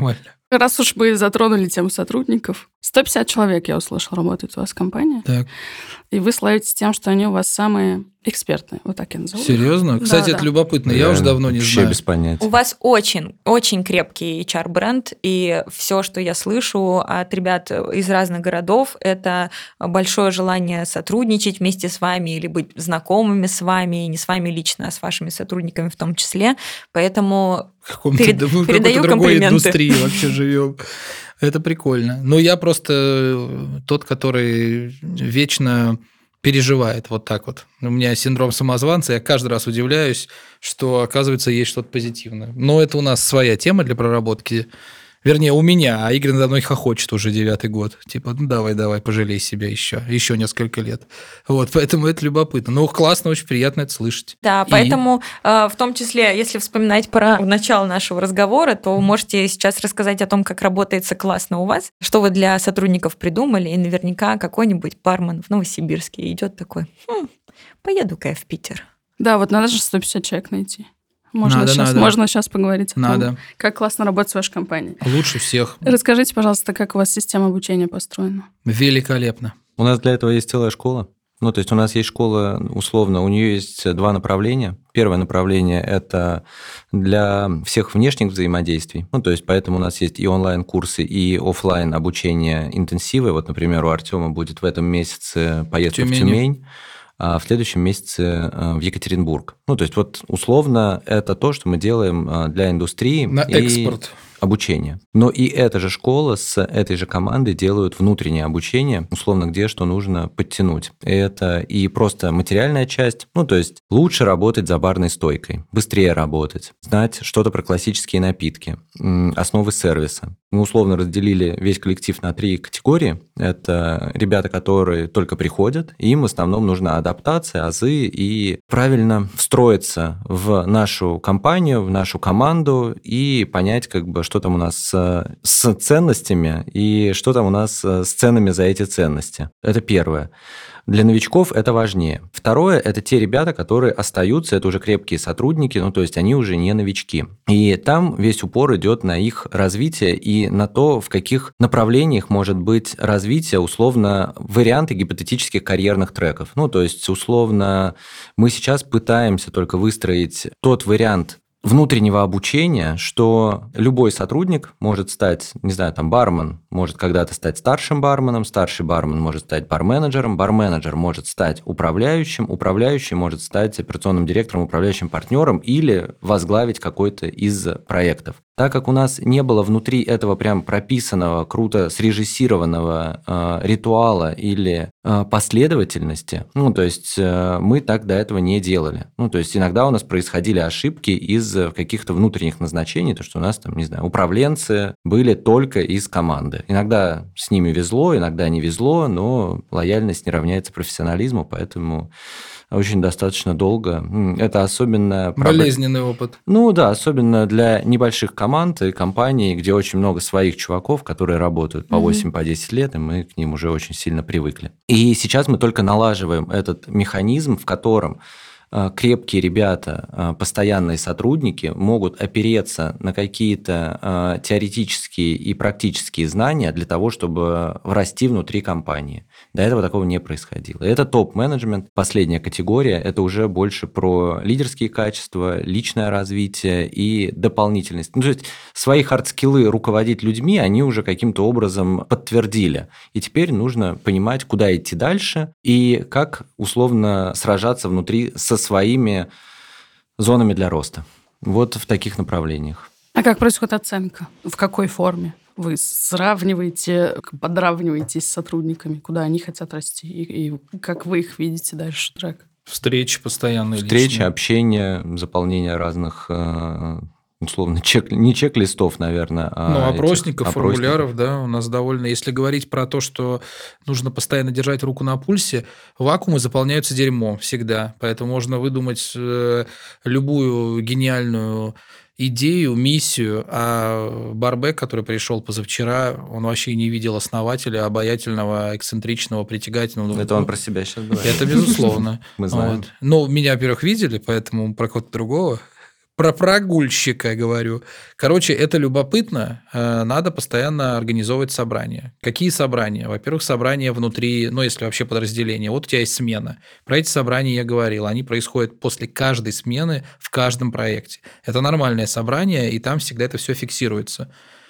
Раз уж мы затронули тему сотрудников, сто пятьдесят человек, я услышала, работает у вас в компании. Так. И вы славитесь тем, что они у вас самые экспертные. Вот так я назову. Серьезно? Да, Кстати, да. это любопытно. Я Я уже давно не вообще знаю. без понятия. У вас очень, очень крепкий эйч ар-бренд, и все, что я слышу от ребят из разных городов, это большое желание сотрудничать вместе с вами или быть знакомыми с вами, и не с вами лично, а с вашими сотрудниками в том числе. Поэтому В каком-то, перед- да, мы в передаю какой-то другой комплименты. индустрии вообще живем. Это прикольно. Но я просто тот, который вечно переживает вот так вот. У меня синдром самозванца, я каждый раз удивляюсь, что, оказывается, есть что-то позитивное. Но это у нас своя тема для проработки. Вернее, у меня, а Игорь надо мной хохочет уже девятый год. Типа, ну давай, давай, пожалей себя еще, еще несколько лет. Вот, поэтому это любопытно. Ну, классно, очень приятно это слышать. Да, И- поэтому э, в том числе, если вспоминать про начало нашего разговора, то можете сейчас рассказать о том, как работается классно у вас, что вы для сотрудников придумали, и наверняка какой-нибудь бармен в Новосибирске идет такой, хм, поеду-ка я в Питер. Да, вот надо же сто пятьдесят человек найти. Можно, Надо, сейчас, надо. можно сейчас поговорить о том, Надо. как классно работать в вашей компании. Лучше всех. Расскажите, пожалуйста, как у вас система обучения построена? Великолепно. У нас для этого есть целая школа. Ну, то есть у нас есть школа, условно, у нее есть два направления. Первое направление – это для всех внешних взаимодействий. Ну, то есть поэтому у нас есть и онлайн-курсы, и офлайн обучение интенсивы. Вот, например, у Артема будет в этом месяце поездка Тюмени. в Тюмень, а в следующем месяце в Екатеринбург. Ну, то есть вот условно это то, что мы делаем для индустрии. На и экспорт. обучение. Но и эта же школа с этой же командой делают внутреннее обучение, условно, где что нужно подтянуть. Это и просто материальная часть, ну, то есть лучше работать за барной стойкой, быстрее работать, знать что-то про классические напитки, м, основы сервиса. Мы условно разделили весь коллектив на три категории. Это ребята, которые только приходят, и им в основном нужна адаптация, азы и правильно встроиться в нашу компанию, в нашу команду и понять, как бы, что там у нас с, с ценностями и что там у нас с ценами за эти ценности. Это первое. Для новичков это важнее. Второе – это те ребята, которые остаются, это уже крепкие сотрудники, ну, то есть они уже не новички. И там весь упор идет на их развитие и на то, в каких направлениях может быть развитие, условно, варианты гипотетических карьерных треков. Ну, то есть, условно, мы сейчас пытаемся только выстроить тот вариант внутреннего обучения, что любой сотрудник может стать, не знаю, там, бармен может когда-то стать старшим барменом, старший бармен может стать барменеджером, барменеджер может стать управляющим, управляющий может стать операционным директором, управляющим партнером или возглавить какой-то из проектов. Так как у нас не было внутри этого прям прописанного, круто срежиссированного э, ритуала или э, последовательности, ну, то есть э, мы так до этого не делали. Ну, то есть иногда у нас происходили ошибки из каких-то внутренних назначений, то, что у нас там, не знаю, управленцы были только из команды. Иногда с ними везло, иногда не везло, но лояльность не равняется профессионализму, поэтому очень достаточно долго. Это особенно... Болезненный опыт. Ну да, особенно для небольших команд и компаний, где очень много своих чуваков, которые работают по восемь-десять лет, и мы к ним уже очень сильно привыкли. И сейчас мы только налаживаем этот механизм, в котором крепкие ребята, постоянные сотрудники могут опереться на какие-то теоретические и практические знания для того, чтобы расти внутри компании. До этого такого не происходило. Это топ-менеджмент. Последняя категория – это уже больше про лидерские качества, личное развитие и дополнительность. Ну, то есть свои хардскиллы руководить людьми они уже каким-то образом подтвердили. И теперь нужно понимать, куда идти дальше и как условно сражаться внутри со своими зонами для роста. Вот в таких направлениях. А как происходит оценка? В какой форме? Вы сравниваете, подравниваетесь с сотрудниками, куда они хотят расти, и, и как вы их видите дальше трек? Встречи постоянные. Встречи, личные. общение, заполнение разных, условно, чек, не чек-листов, наверное, а Ну, этих опросников, опросников. формуляров, да, у нас довольно... Если говорить про то, что нужно постоянно держать руку на пульсе, вакуумы заполняются дерьмом всегда. Поэтому можно выдумать э, любую гениальную идею, миссию, а Барбек, который пришел позавчера, он вообще не видел основателя, обаятельного, эксцентричного, притягательного. Это он про себя сейчас говорит. Это безусловно. Мы знаем. Вот. Ну, меня, во-первых, видели, поэтому про кого-то другого про прогульщика говорю. Короче, это любопытно. Надо постоянно организовывать собрания. Какие собрания? Во-первых, собрания внутри, ну, если вообще подразделение. Вот у тебя есть смена. Про эти собрания я говорил. Они происходят после каждой смены в каждом проекте. Это нормальное собрание, и там всегда это все фиксируется.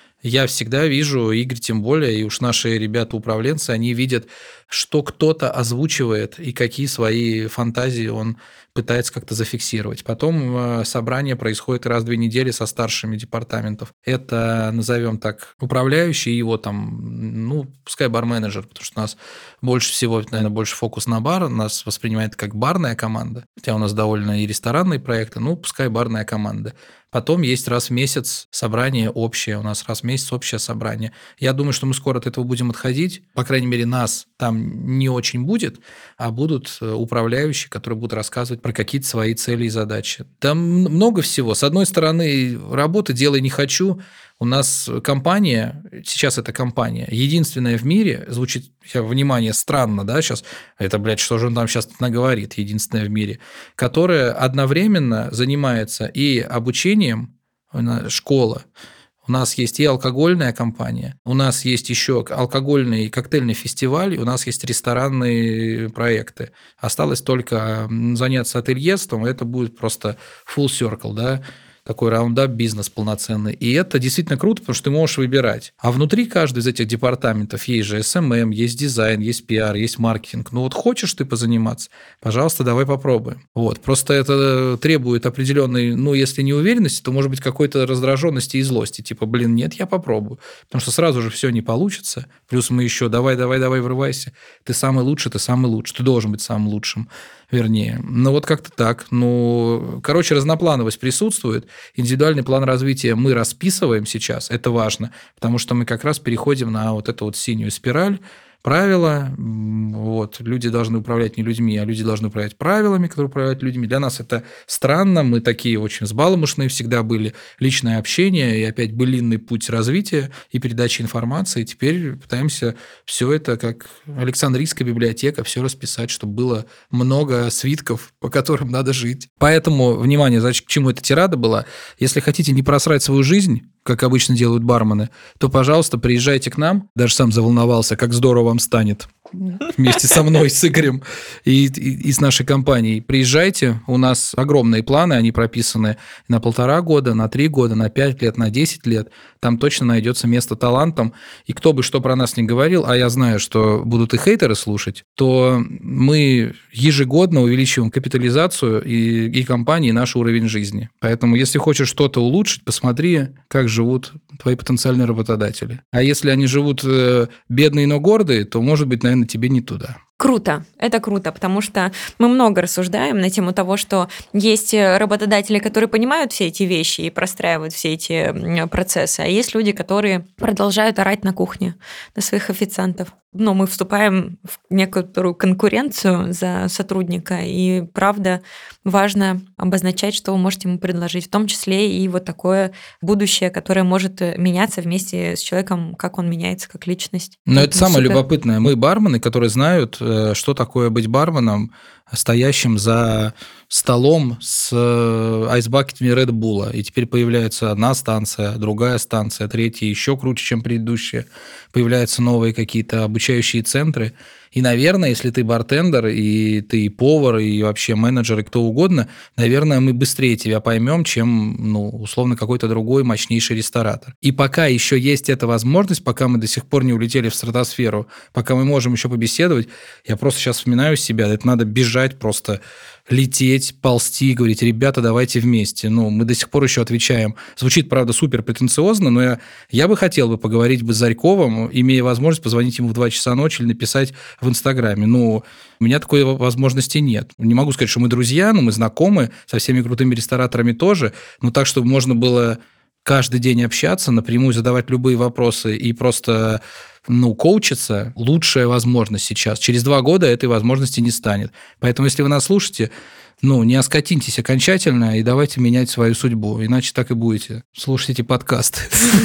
Я всегда вижу, Игорь тем более, и уж наши ребята-управленцы, они видят, что кто-то озвучивает и какие свои фантазии он пытается как-то зафиксировать. Потом собрание происходит раз в две недели со старшими департаментов. Это, назовем так, управляющий и его там, ну, пускай бар-менеджер, потому что у нас больше всего, наверное, больше фокус на бар, нас воспринимает как барная команда, хотя у нас довольно и ресторанные проекты, ну, пускай барная команда. Потом есть раз в месяц собрание общее, у нас раз в месяц общее собрание. Я думаю, что мы скоро от этого будем отходить, по крайней мере, нас там не очень будет, а будут управляющие, которые будут рассказывать про какие-то свои цели и задачи. Там много всего. С одной стороны, работы делай не хочу. У нас компания, сейчас это компания, единственная в мире, звучит, внимание, странно, да, сейчас, это, блядь, что же он там сейчас наговорит, единственная в мире, которая одновременно занимается и обучением, школа. У нас есть и алкогольная компания, у нас есть еще алкогольный и коктейльный фестиваль, у нас есть ресторанные проекты. Осталось только заняться ательерством, это будет просто full circle, да, такой раундап бизнес полноценный. И это действительно круто, потому что ты можешь выбирать. А внутри каждого из этих департаментов есть же эс эм эм, есть дизайн, есть пиар, есть маркетинг. Ну вот хочешь ты позаниматься, пожалуйста, давай попробуем. Вот. Просто это требует определенной, ну если не уверенности, то может быть какой-то раздраженности и злости. Типа, блин, нет, я попробую. Потому что сразу же все не получится. Плюс мы еще давай, давай, давай, врывайся. Ты самый лучший, ты самый лучший. Ты должен быть самым лучшим. Вернее. Ну, вот как-то так. Ну, короче, разноплановость присутствует. Индивидуальный план развития мы расписываем сейчас. Это важно, потому что мы как раз переходим на вот эту вот синюю спираль. Правила, вот, люди должны управлять не людьми, а люди должны управлять правилами, которые управляют людьми. Для нас это странно, мы такие очень взбаломошные всегда были. Личное общение и опять былинный путь развития и передачи информации. И теперь пытаемся все это, как Александрийская библиотека, все расписать, чтобы было много свитков, по которым надо жить. Поэтому, внимание, к чему эта тирада была? Если хотите не просрать свою жизнь, как обычно делают бармены, то, пожалуйста, приезжайте к нам. Даже сам заволновался, как здорово вам станет вместе со мной, с Игорем и, и, и с нашей компанией. Приезжайте, у нас огромные планы, они прописаны на полтора года, на три года, на пять лет, на десять лет. Там точно найдется место талантам. И кто бы что про нас ни говорил, а я знаю, что будут и хейтеры слушать, то мы ежегодно увеличиваем капитализацию и, и компании, и наш уровень жизни. Поэтому, если хочешь что-то улучшить, посмотри, как живут твои потенциальные работодатели. А если они живут э, бедные, но гордые, то, может быть, наверное, тебе не туда. Круто, это круто, потому что мы много рассуждаем на тему того, что есть работодатели, которые понимают все эти вещи и простраивают все эти процессы, а есть люди, которые продолжают орать на кухне на своих официантов. Но мы вступаем в некоторую конкуренцию за сотрудника, и правда важно обозначать, что вы можете ему предложить, в том числе и вот такое будущее, которое может меняться вместе с человеком, как он меняется как личность. Но это, это самое супер. Любопытное. Мы бармены, которые знают, что такое быть барменом, стоящим за столом с айсбакетами Red Bull. И теперь появляется одна станция, другая станция, третья еще круче, чем предыдущая. Появляются новые какие-то обучающие центры. И, наверное, если ты бартендер, и ты и повар, и вообще менеджер, и кто угодно, наверное, мы быстрее тебя поймем, чем, ну, условно, какой-то другой мощнейший ресторатор. И пока еще есть эта возможность, пока мы до сих пор не улетели в стратосферу, пока мы можем еще побеседовать, я просто сейчас вспоминаю себя, это надо бежать, просто лететь, ползти, говорить, ребята, давайте вместе. Ну, мы до сих пор еще отвечаем. Звучит, правда, супер претенциозно, но я, я бы хотел бы поговорить бы с Зарьковым, имея возможность позвонить ему в два часа ночи или написать в Инстаграме. Ну, у меня такой возможности нет. Не могу сказать, что мы друзья, но мы знакомы со всеми крутыми рестораторами тоже, но так, чтобы можно было каждый день общаться, напрямую задавать любые вопросы и просто, ну, коучиться, лучшая возможность сейчас. Через два года этой возможности не станет. Поэтому, если вы нас слушаете, ну, не оскотиньтесь окончательно и давайте менять свою судьбу, иначе так и будете. Слушайте подкасты.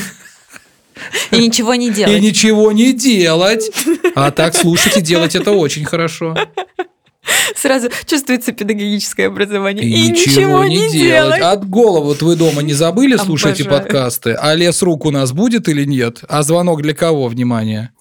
И ничего не делать. И ничего не делать. А так слушать и делать это очень хорошо. Сразу чувствуется педагогическое образование. И, И ничего не делать. делать. От головы вот вы дома не забыли, слушайте Обожаю. подкасты? А лес рук у нас будет или нет? А звонок для кого? Внимание.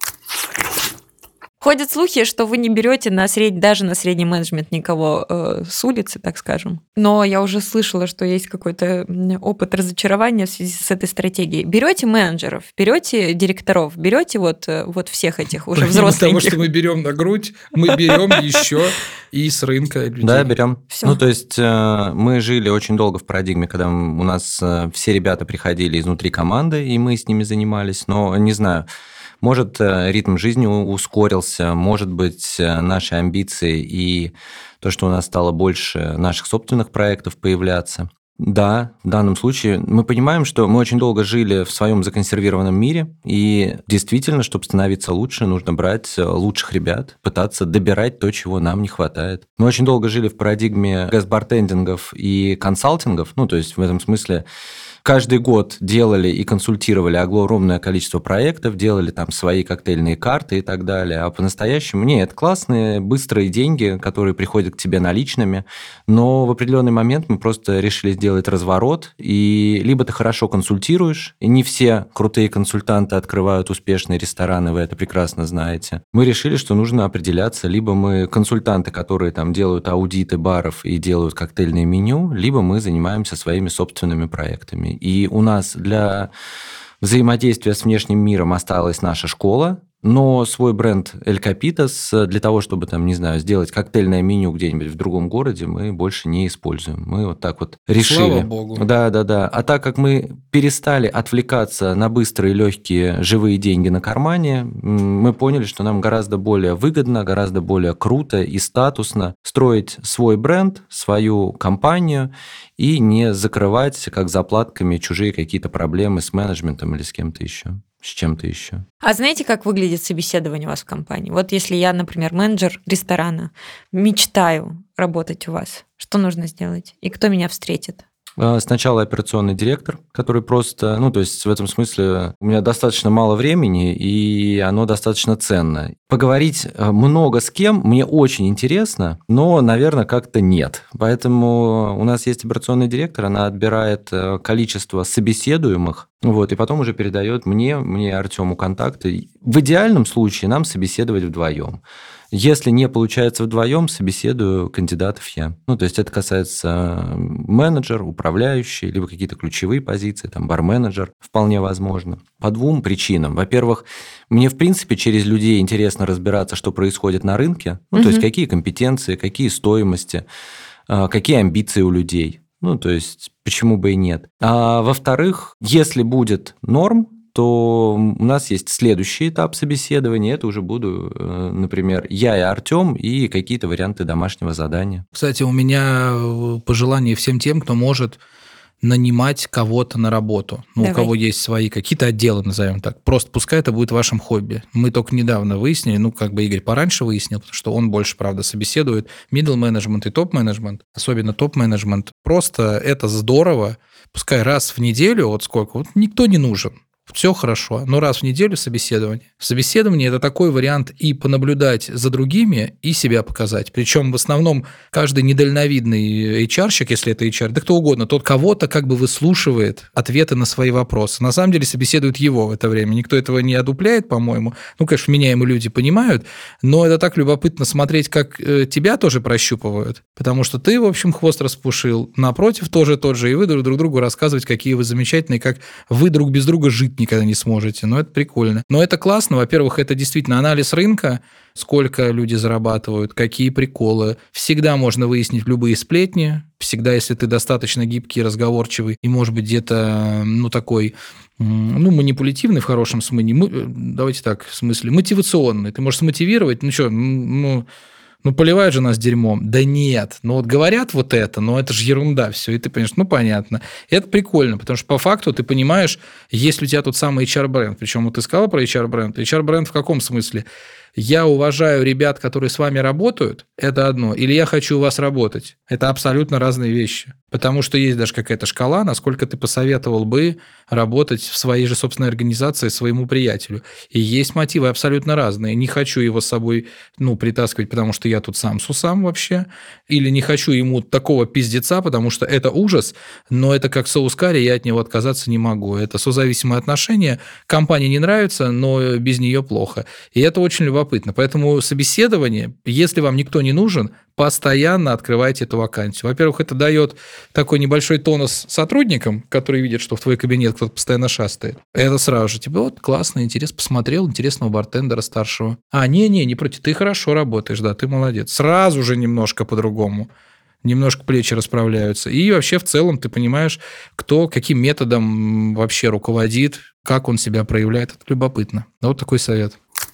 Ходят слухи, что вы не берете на сред... даже на средний менеджмент никого э, с улицы, так скажем. Но я уже слышала, что есть какой-то опыт разочарования в связи с этой стратегией. Берете менеджеров, берете директоров, берете вот, вот всех этих уже Помимо взрослых. того, что мы берем на грудь, мы берем еще и с рынка людей. Да, берем. Всё. Ну, то есть э, мы жили очень долго в парадигме, когда у нас э, все ребята приходили изнутри команды, и мы с ними занимались. Но, не знаю, может, ритм жизни ускорился, может быть, наши амбиции и то, что у нас стало больше наших собственных проектов появляться. Да, в данном случае мы понимаем, что мы очень долго жили в своем законсервированном мире, и действительно, чтобы становиться лучше, нужно брать лучших ребят, пытаться добирать то, чего нам не хватает. Мы очень долго жили в парадигме гест-бартендингов и консалтингов, ну, то есть в этом смысле каждый год делали и консультировали огромное количество проектов, делали там свои коктейльные карты и так далее. А по-настоящему, нет, это быстрые деньги, которые приходят к тебе наличными, но в определенный момент мы просто решили сделать разворот, и либо ты хорошо консультируешь, и не все крутые консультанты открывают успешные рестораны, вы это прекрасно знаете. Мы решили, что нужно определяться, либо мы консультанты, которые там делают аудиты баров и делают коктейльное меню, либо мы занимаемся своими собственными проектами. И у нас для взаимодействия с внешним миром осталась наша школа, но свой бренд Эль Капитас для того, чтобы, там, не знаю, сделать коктейльное меню где-нибудь в другом городе, мы больше не используем. Мы вот так вот решили. Слава богу. Да, да, да. А так как мы перестали отвлекаться на быстрые, легкие, живые деньги на кармане, мы поняли, что нам гораздо более выгодно, гораздо более круто и статусно строить свой бренд, свою компанию и не закрывать, как заплатками, чужие какие-то проблемы с менеджментом или с кем-то еще. С чем-то еще. А знаете, как выглядит собеседование у вас в компании? Вот если я, например, менеджер ресторана, мечтаю работать у вас, что нужно сделать? И кто меня встретит? Сначала операционный директор, который просто, ну, то есть в этом смысле у меня достаточно мало времени, и оно достаточно ценно. Поговорить много с кем мне очень интересно, но, наверное, как-то нет. Поэтому у нас есть операционный директор, она отбирает количество собеседуемых, вот, и потом уже передает мне, мне Артему контакты. В идеальном случае нам собеседовать вдвоем. Если не получается вдвоем, собеседую кандидатов я. Ну, то есть это касается менеджер, управляющий, либо какие-то ключевые позиции, там бар-менеджер, вполне возможно. По двум причинам. Во-первых, мне, в принципе, через людей интересно разбираться, что происходит на рынке, ну, угу. то есть какие компетенции, какие стоимости, какие амбиции у людей. Ну, то есть почему бы и нет. А во-вторых, если будет норм, то у нас есть следующий этап собеседования. Это уже буду, например, я и Артем, и какие-то варианты домашнего задания. Кстати, у меня пожелание всем тем, кто может нанимать кого-то на работу. Ну, у кого есть свои какие-то отделы, назовем так. Просто пускай это будет вашим хобби. Мы только недавно выяснили, ну, как бы Игорь пораньше выяснил, потому что он больше, правда, собеседует middle management и топ-менеджмент, особенно топ-менеджмент. Просто это здорово. Пускай раз в неделю, вот сколько, вот никто не нужен. Все хорошо, но раз в неделю собеседование. Собеседование – это такой вариант и понаблюдать за другими, и себя показать. Причем в основном каждый недальновидный эйч ар-щик, если это эйч ар, да кто угодно, тот кого-то как бы выслушивает ответы на свои вопросы. На самом деле собеседует его в это время. Никто этого не одупляет, по-моему. Ну, конечно, вменяемые люди понимают, но это так любопытно смотреть, как тебя тоже прощупывают. Потому что ты, в общем, хвост распушил, напротив тоже тот же, и вы друг другу рассказывать, какие вы замечательные, как вы друг без друга жить никогда не сможете. Но это прикольно. Но это классно. Во-первых, это действительно анализ рынка, сколько люди зарабатывают, какие приколы. Всегда можно выяснить любые сплетни. Всегда, если ты достаточно гибкий, разговорчивый и, может быть, где-то, ну, такой, ну, манипулятивный в хорошем смысле, давайте так, в смысле, мотивационный. Ты можешь смотивировать, ну, что, ну... Ну, поливают же нас дерьмом. Да нет. Ну, вот говорят вот это, но это же ерунда все. И ты понимаешь, ну, понятно. И это прикольно, потому что по факту ты понимаешь, есть ли у тебя тот самый эйч ар-бренд. Причем вот ты сказала про эйч ар-бренд. эйч ар-бренд в каком смысле? я уважаю ребят, которые с вами работают, это одно, или я хочу у вас работать. Это абсолютно разные вещи. Потому что есть даже какая-то шкала, насколько ты посоветовал бы работать в своей же собственной организации своему приятелю. И есть мотивы абсолютно разные. Не хочу его с собой ну, притаскивать, потому что я тут сам сусам вообще. Или не хочу ему такого пиздеца, потому что это ужас, но это как соус карри, я от него отказаться не могу. Это созависимые отношения. Компания не нравится, но без нее плохо. И это очень любопытно. Поэтому собеседование, если вам никто не нужен, постоянно открывайте эту вакансию. Во-первых, это дает такой небольшой тонус сотрудникам, которые видят, что в твой кабинет кто-то постоянно шастает. Это сразу же, типа, вот, классно, интерес, посмотрел, интересного бартендера старшего. А, не-не, не против, ты хорошо работаешь, да, ты молодец. Сразу же немножко по-другому. Немножко плечи расправляются. И вообще в целом ты понимаешь, кто каким методом вообще руководит, как он себя проявляет. Это любопытно. Вот такой совет.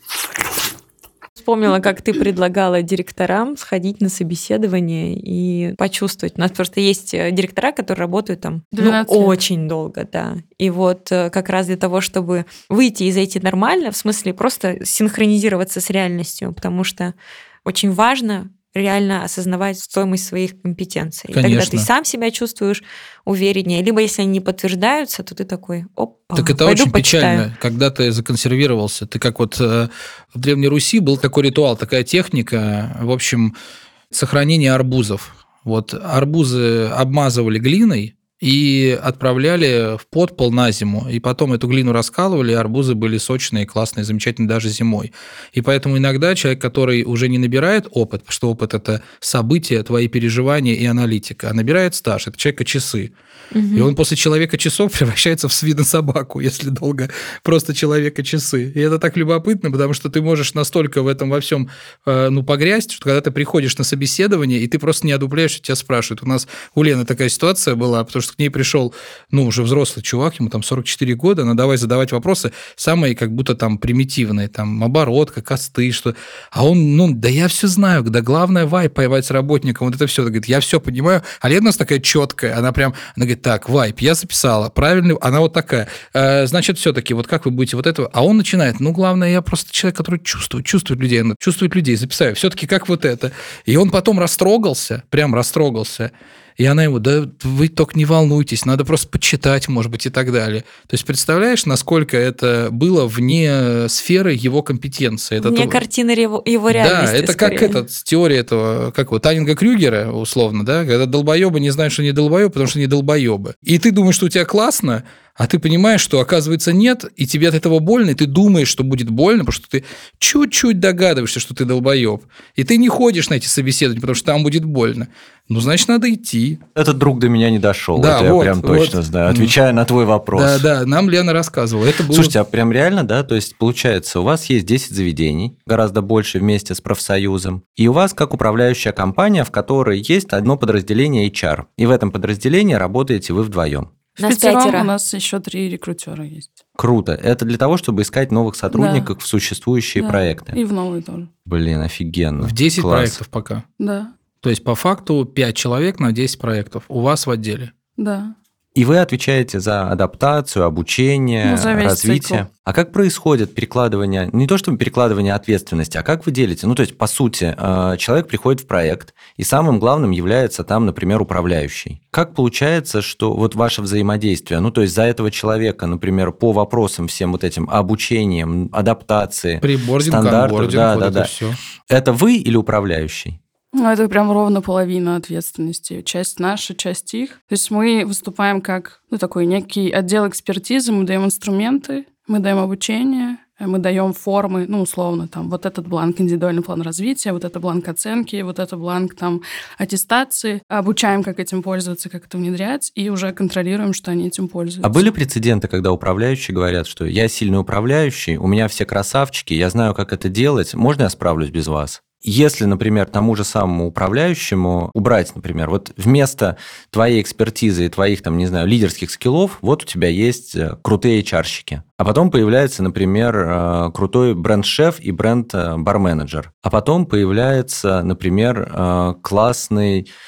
Вспомнила, как ты предлагала директорам сходить на собеседование и почувствовать. У нас просто есть директора, которые работают там ну, очень долго, да. И вот как раз для того, чтобы выйти и зайти нормально, в смысле просто синхронизироваться с реальностью, потому что очень важно реально осознавать стоимость своих компетенций. Конечно. Тогда ты сам себя чувствуешь увереннее. Либо если они не подтверждаются, то ты такой, опа, так это пойду очень почитаю. Печально, когда ты законсервировался. Ты как вот э, в Древней Руси был такой ритуал, такая техника, в общем, сохранение арбузов. Вот арбузы обмазывали глиной и отправляли в подпол на зиму. И потом эту глину раскалывали, и арбузы были сочные, классные, замечательные даже зимой. И поэтому иногда человек, который уже не набирает опыт, потому что опыт – это события, твои переживания и аналитика, а набирает стаж, это человека-часы. Угу. И он после человека-часов превращается в свинособаку, если долго просто человека-часы. И это так любопытно, потому что ты можешь настолько в этом во всем ну, погрязть, что когда ты приходишь на собеседование, и ты просто не одупляешь, что тебя спрашивают. У нас у Лены такая ситуация была, потому что к ней пришел, ну, уже взрослый чувак, ему там сорок четыре года, она давай задавать вопросы самые как будто там примитивные, там оборотка, косты, что... А он, ну, да я все знаю, да главное вайп поймать с работником, вот это все. Она говорит, я все понимаю. А Лена у нас такая четкая, она прям, она говорит, так, вайп, я записала, правильно, она вот такая. Значит, все-таки, вот как вы будете вот этого? А он начинает, ну, главное, я просто человек, который чувствует, чувствует людей, чувствует людей, записаю, все-таки как вот это. И он потом растрогался, прям растрогался. И она ему, да вы только не волнуйтесь, надо просто почитать, может быть, и так далее. То есть, представляешь, насколько это было вне сферы его компетенции? Это вне то... картины его, его реальности. Да, это скорее. Как это, теория этого, как вот, Танинга-Крюгера, условно, да, когда долбоебы не знают, что они долбоебы, потому что они долбоебы. И ты думаешь, что у тебя классно, а ты понимаешь, что, оказывается, нет, и тебе от этого больно, и ты думаешь, что будет больно, потому что ты чуть-чуть догадываешься, что ты долбоеб. И ты не ходишь на эти собеседования, потому что там будет больно. Ну, значит, надо идти. Этот друг до меня не дошел, да, это вот, я прям вот. точно знаю, отвечая на твой вопрос. Да, да, нам Лена рассказывала. Это было... Слушайте, а прям реально, да, то есть получается, у вас есть десять заведений, гораздо больше вместе с профсоюзом, и у вас как управляющая компания, в которой есть одно подразделение эйч ар, и в этом подразделении работаете вы вдвоем. Нас пятеро. У нас еще три рекрутера есть. Круто. Это для того, чтобы искать новых сотрудников да. в существующие да. проекты. И в новые тоже. Блин, офигенно. В десять Класс. проектов пока. Да. То есть, по факту, пять человек на десять проектов у вас в отделе. Да. И вы отвечаете за адаптацию, обучение, ну, за развитие. Цикл. А как происходит перекладывание, не то чтобы перекладывание ответственности, а как вы делите? Ну, то есть, по сути, человек приходит в проект, и самым главным является там, например, управляющий. Как получается, что вот ваше взаимодействие, ну, то есть, за этого человека, например, по вопросам всем вот этим обучением, адаптации, прибординг, стандартов, онбординг, да, вот да, это да. все. Это вы или управляющий? Ну, это прям ровно половина ответственности. Часть наша, часть их. То есть мы выступаем как ну, такой некий отдел экспертизы, мы даем инструменты, мы даем обучение, мы даем формы, ну, условно, там, вот этот бланк индивидуальный план развития, вот это бланк оценки, вот это бланк, там, аттестации. Обучаем, как этим пользоваться, как это внедрять, и уже контролируем, что они этим пользуются. А были прецеденты, когда управляющие говорят, что я сильный управляющий, у меня все красавчики, я знаю, как это делать, можно я справлюсь без вас? Если, например, тому же самому управляющему убрать, например, вот вместо твоей экспертизы и твоих, там, не знаю, лидерских скиллов, вот у тебя есть крутые эйч ар-щики. А потом появляется, например, крутой бренд-шеф и бренд-бар-менеджер. А потом появляется, например, классный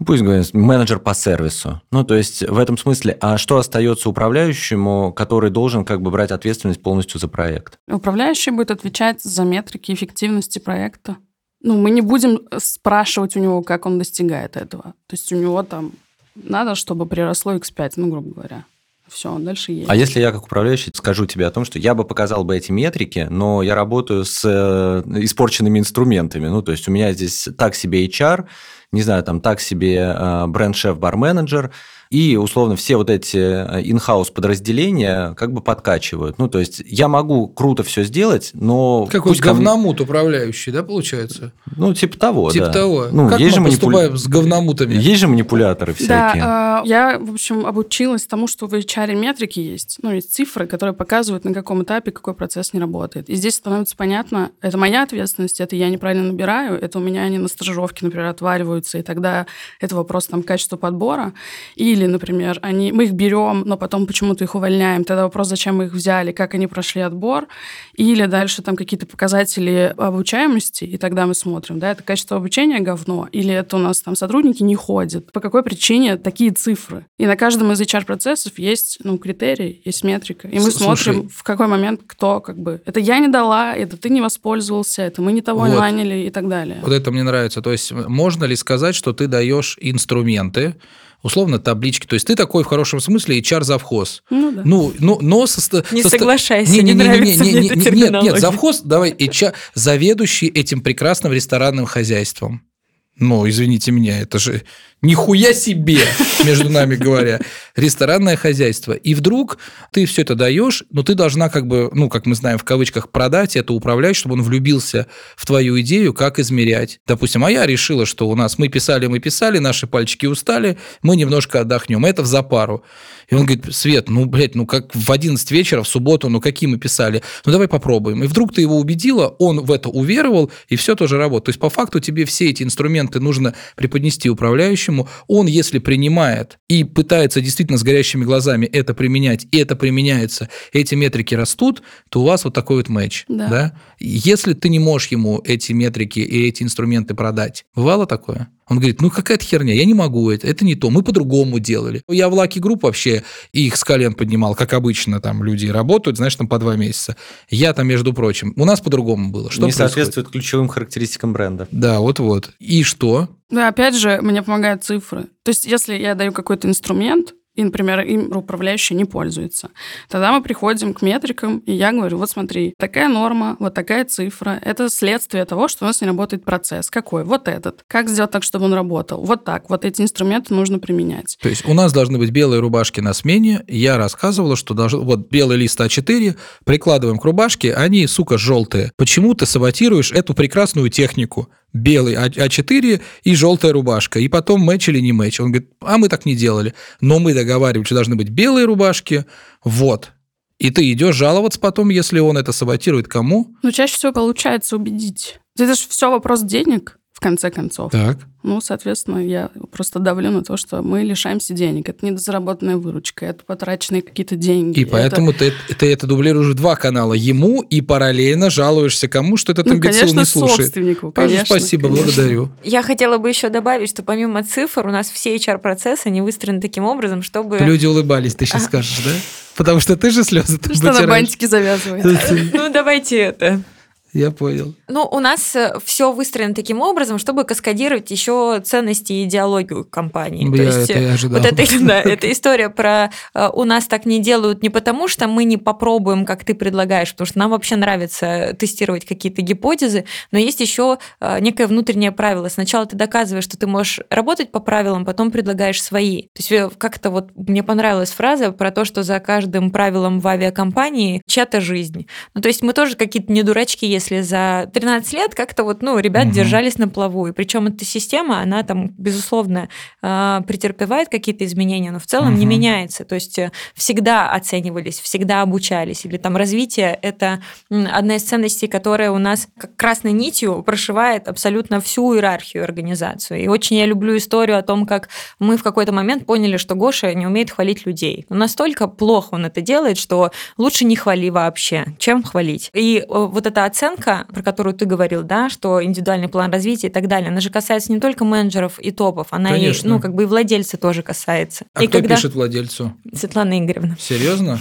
пусть говорят, менеджер по сервису. Ну, то есть в этом смысле, а что остается управляющему, который должен как бы брать ответственность полностью за проект? Управляющий будет отвечать за метрики эффективности проекта. Ну, мы не будем спрашивать у него, как он достигает этого. То есть у него там надо, чтобы приросло икс пять, ну, грубо говоря. Все, дальше есть. А если я, как управляющий, скажу тебе о том, что я бы показал бы эти метрики, но я работаю с э, испорченными инструментами. Ну, то есть у меня здесь так себе эйч ар, не знаю, там так себе э, бренд-шеф, бар-менеджер, и, условно, все вот эти in-house подразделения как бы подкачивают. Ну, то есть я могу круто все сделать, но... Какой говномут мне... управляющий, да, получается? Ну, типа того, типа да. того. Ну, как есть мы же поступаем манипуля... с говномутами? Есть же манипуляторы всякие. Да, э, я, в общем, обучилась тому, что в эйч ар метрики есть. Ну, есть цифры, которые показывают, на каком этапе какой процесс не работает. И здесь становится понятно, это моя ответственность, это я неправильно набираю, это у меня они на стажировке, например, отваливаются, и тогда это вопрос там качества подбора. Или, например, они, мы их берем, но потом почему-то их увольняем. Тогда вопрос, зачем мы их взяли, как они прошли отбор. Или дальше там какие-то показатели обучаемости, и тогда мы смотрим, да, это качество обучения говно, или это у нас там сотрудники не ходят. По какой причине такие цифры? И на каждом из эйч ар-процессов есть, ну, критерий, есть метрика. И мы Слушай, смотрим, в какой момент кто как бы... Это я не дала, это ты не воспользовался, это мы не того вот. наняли и так далее. Вот это мне нравится. То есть можно ли сказать, что ты даешь инструменты, условно, таблички. То есть ты такой в хорошем смысле эйч ар-завхоз. Ну, да. Ну, но, но со, не со, соглашайся, не, не, не, не нравится не, не, мне не, эта Нет, терминология. нет, завхоз, давай, эйч ар, заведующий этим прекрасным ресторанным хозяйством. Ну, извините меня, это же нихуя себе, между нами говоря, ресторанное хозяйство. И вдруг ты все это даешь, но ты должна как бы, ну, как мы знаем, в кавычках, продать это, управлять, чтобы он влюбился в твою идею, как измерять. Допустим, а я решила, что у нас мы писали, мы писали, наши пальчики устали, мы немножко отдохнем. Это в запару. И он говорит: Свет, ну, блядь, ну, как в одиннадцать вечера, в субботу, ну, какие мы писали? Ну, давай попробуем. И вдруг ты его убедила, он в это уверовал, и все тоже работает. То есть, по факту, тебе все эти инструменты нужно преподнести управляющему. Он, если принимает и пытается действительно с горящими глазами это применять, и это применяется, эти метрики растут, то у вас вот такой вот матч. Да. Да? Если ты не можешь ему эти метрики и эти инструменты продать, бывало такое? Он говорит: ну, какая-то херня, я не могу это, это не то, мы по-другому делали. Я в Lucky Group вообще их с колен поднимал, как обычно там люди работают, знаешь, там по два месяца. Я там, между прочим, у нас по-другому было. Что не происходит? соответствует ключевым характеристикам бренда. Да, вот-вот. И что? Да, опять же, мне помогают цифры. То есть, если я даю какой-то инструмент, и, например, им управляющий не пользуется, тогда мы приходим к метрикам, и я говорю: вот смотри, такая норма, вот такая цифра, это следствие того, что у нас не работает процесс. Какой? Вот этот. Как сделать так, чтобы он работал? Вот так. Вот эти инструменты нужно применять. То есть у нас должны быть белые рубашки на смене. Я рассказывала, что должен... вот белый лист а четыре прикладываем к рубашке, они, сука, желтые. Почему ты саботируешь эту прекрасную технику? Белый а четыре и желтая рубашка. И потом мэч или не мэч. Он говорит: а мы так не делали. Но мы договаривались, что должны быть белые рубашки. Вот. И ты идешь жаловаться потом, если он это саботирует, кому? Но чаще всего получается убедить. Это же все вопрос денег, в конце концов. Так. Ну, соответственно, я просто давлю на то, что мы лишаемся денег. Это недозаработанная выручка, это потраченные какие-то деньги. И поэтому это... ты, ты это дублируешь в два канала. Ему и параллельно жалуешься кому, что этот ну, имбецил конечно, не слушает. собственнику, Тоже конечно, спасибо, конечно. благодарю. Я хотела бы еще добавить, что помимо цифр у нас все эйч ар-процессы, они выстроены таким образом, чтобы... Люди улыбались, ты сейчас скажешь, да? Потому что ты же слезы там Что на вытираешь. бантики завязывает. Ну, давайте это... Я понял. Ну, у нас все выстроено таким образом, чтобы каскадировать еще ценности и идеологию компании. Я То есть это и ожидал. Вот это, да, эта история про у нас так не делают не потому, что мы не попробуем, как ты предлагаешь, потому что нам вообще нравится тестировать какие-то гипотезы, но есть еще некое внутреннее правило. Сначала ты доказываешь, что ты можешь работать по правилам, потом предлагаешь свои. То есть как-то вот мне понравилась фраза про то, что за каждым правилом в авиакомпании чья-то жизнь. Ну, то есть мы тоже какие-то не дурачки, если за тринадцать лет как-то вот, ну, ребят угу. держались на плаву. И причем эта система, она там, безусловно, претерпевает какие-то изменения, но в целом угу. не меняется. То есть всегда оценивались, всегда обучались. Или там развитие – это одна из ценностей, которая у нас как красной нитью прошивает абсолютно всю иерархию организации. И очень я люблю историю о том, как мы в какой-то момент поняли, что Гоша не умеет хвалить людей. Но настолько плохо он это делает, что лучше не хвали вообще, чем хвалить. И вот эта оценка, про которую которую ты говорил, да, что индивидуальный план развития и так далее, она же касается не только менеджеров и топов, она Конечно. и, ну, как бы и владельца тоже касается. А и кто когда... пишет владельцу? Светлана Игоревна. Серьезно?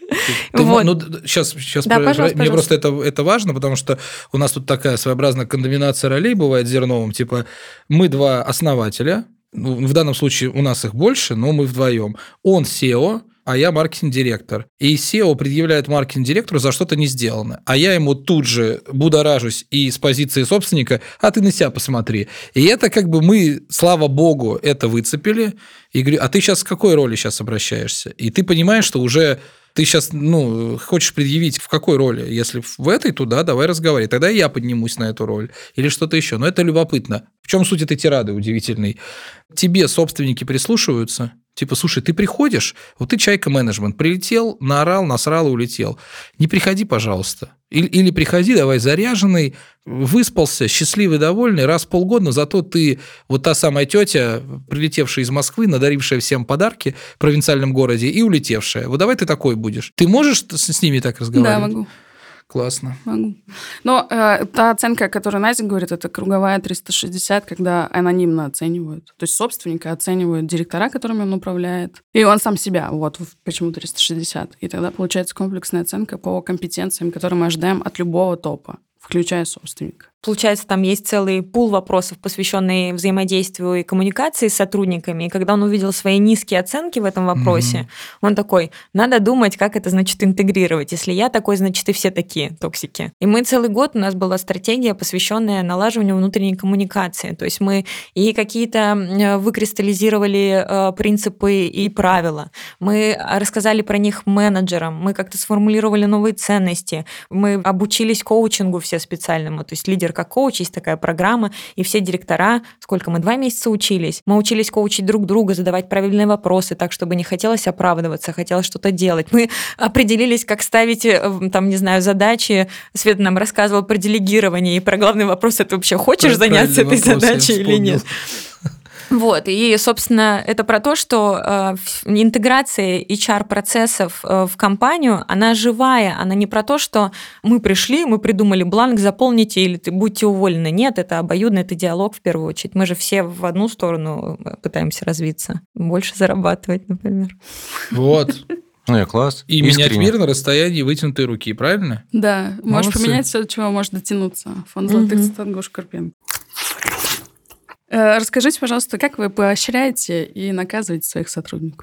Ты, вот. ну, сейчас, сейчас да, про, пожалуйста, мне пожалуйста. просто это, это важно, потому что у нас тут такая своеобразная кондоминация ролей бывает с Зерновым. Типа, мы два основателя, ну, в данном случае у нас их больше, но мы вдвоем. Он сео, а я маркетинг-директор. И сео предъявляет маркетинг-директору за что-то не сделано. А я ему тут же будоражусь и с позиции собственника, а ты на себя посмотри. И это как бы мы, слава богу, это выцепили. И говорю, а ты сейчас в какой роли сейчас обращаешься? И ты понимаешь, что уже... Ты сейчас, ну, хочешь предъявить, в какой роли? Если в этой, то да, давай разговаривай. Тогда я поднимусь на эту роль. Или что-то еще. Но это любопытно. В чем суть этой тирады удивительной? Тебе собственники прислушиваются. Типа, слушай, ты приходишь, вот ты чайка-менеджмент, прилетел, наорал, насрал и улетел. Не приходи, пожалуйста. Или, или приходи, давай заряженный, выспался, счастливый, довольный, раз в полгода, но зато ты вот та самая тетя, прилетевшая из Москвы, надарившая всем подарки в провинциальном городе и улетевшая. Вот давай ты такой будешь. Ты можешь с, с ними так разговаривать? Да, могу. Классно. Могу. Но э, та оценка, о которой Надя говорит, это круговая триста шестьдесят, когда анонимно оценивают. То есть собственника оценивают директора, которыми он управляет, и он сам себя. Вот почему триста шестьдесят. И тогда получается комплексная оценка по компетенциям, которые мы ожидаем от любого топа, включая собственника. Получается, там есть целый пул вопросов, посвященный взаимодействию и коммуникации с сотрудниками. И когда он увидел свои низкие оценки в этом вопросе, mm-hmm. он такой, надо думать, как это, значит, интегрировать. Если я такой, значит, и все такие токсики. И мы целый год, у нас была стратегия, посвященная налаживанию внутренней коммуникации. То есть мы и какие-то выкристаллизировали принципы и правила. Мы рассказали про них менеджерам. Мы как-то сформулировали новые ценности. Мы обучились коучингу все специальному. То есть лидер как коуч, есть такая программа, и все директора, сколько мы, два месяца учились, мы учились коучить друг друга, задавать правильные вопросы, так, чтобы не хотелось оправдываться, хотелось что-то делать. Мы определились, как ставить, там, не знаю, задачи. Света нам рассказывала про делегирование, и про главный вопрос, это вообще хочешь заняться этой задачей или нет? Вот, и, собственно, это про то, что э, интеграция эйч ар-процессов э, в компанию, она живая, она не про то, что мы пришли, мы придумали бланк, заполните или ты будьте уволены. Нет, это обоюдно, это диалог в первую очередь. Мы же все в одну сторону пытаемся развиться, больше зарабатывать, например. Вот. Ну, класс. И Искренне. менять мир на расстоянии вытянутой руки, правильно? Да, можешь Молодцы. Поменять все, до чего можешь дотянуться. Фонд золотых цитат Гоши Карпенко. Расскажите, пожалуйста, как вы поощряете и наказываете своих сотрудников?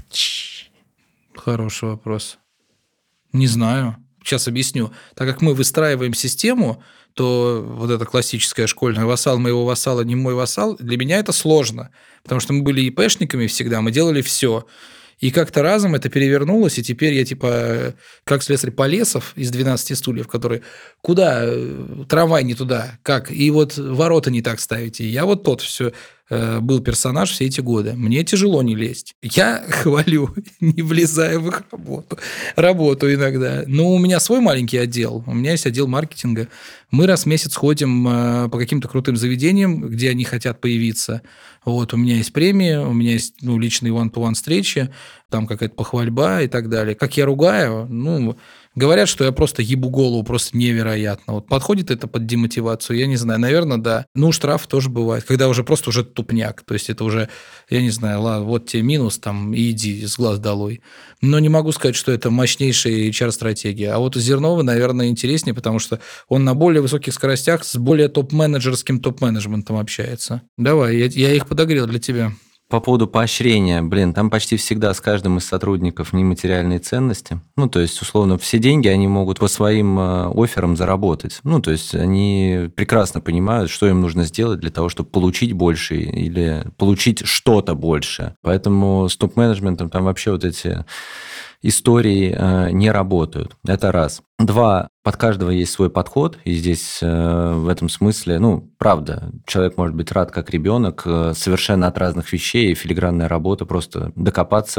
Хороший вопрос. Не знаю. Сейчас объясню. Так как мы выстраиваем систему, то вот эта классическая школьная вассал моего вассала, не мой вассал, для меня это сложно, потому что мы были ИПшниками всегда, мы делали все. И как-то разом это перевернулось, и теперь я типа как слесарь Полесов из двенадцати стульев, который куда, трамвай не туда, как, и вот ворота не так ставите. И я вот тот все был персонаж все эти годы. Мне тяжело не лезть. Я хвалю, не влезая в их работу. Работу иногда. Но у меня свой маленький отдел. У меня есть отдел маркетинга. Мы раз в месяц ходим по каким-то крутым заведениям, где они хотят появиться. Вот, у меня есть премии, у меня есть ну, личные one-to-one встречи, там какая-то похвальба и так далее. Как я ругаю? Ну, говорят, что я просто ебу голову, просто невероятно. Вот подходит это под демотивацию? Я не знаю. Наверное, да. Ну, штраф тоже бывает, когда уже просто уже тупняк. То есть это уже, я не знаю, ладно, вот тебе минус, там, и иди с глаз долой. Но не могу сказать, что это мощнейшая эйч ар-стратегия. А вот у Зернова, наверное, интереснее, потому что он на более высоких скоростях с более топ-менеджерским топ-менеджментом общается. Давай, я, я их подогрел для тебя. По поводу поощрения, блин, там почти всегда с каждым из сотрудников нематериальные ценности. Ну, то есть, условно, все деньги они могут по своим офферам заработать. Ну, то есть, они прекрасно понимают, что им нужно сделать для того, чтобы получить больше или получить что-то больше. Поэтому с топ-менеджментом там вообще вот эти истории э, не работают. Это раз. Два. Под каждого есть свой подход, и здесь э, в этом смысле, ну, правда, человек может быть рад как ребенок, э, совершенно от разных вещей, и филигранная работа, просто докопаться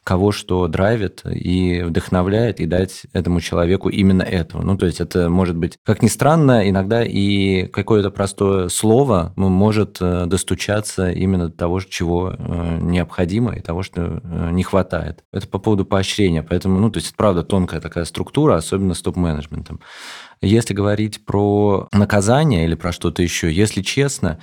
кого что драйвит и вдохновляет, и дать этому человеку именно этого. Ну, то есть это может быть, как ни странно, иногда и какое-то простое слово может достучаться именно до того, чего необходимо, и того, что не хватает. Это по поводу поощрения. Поэтому, ну, то есть это правда тонкая такая структура, особенно с топ-менеджментом. Если говорить про наказание или про что-то еще, если честно,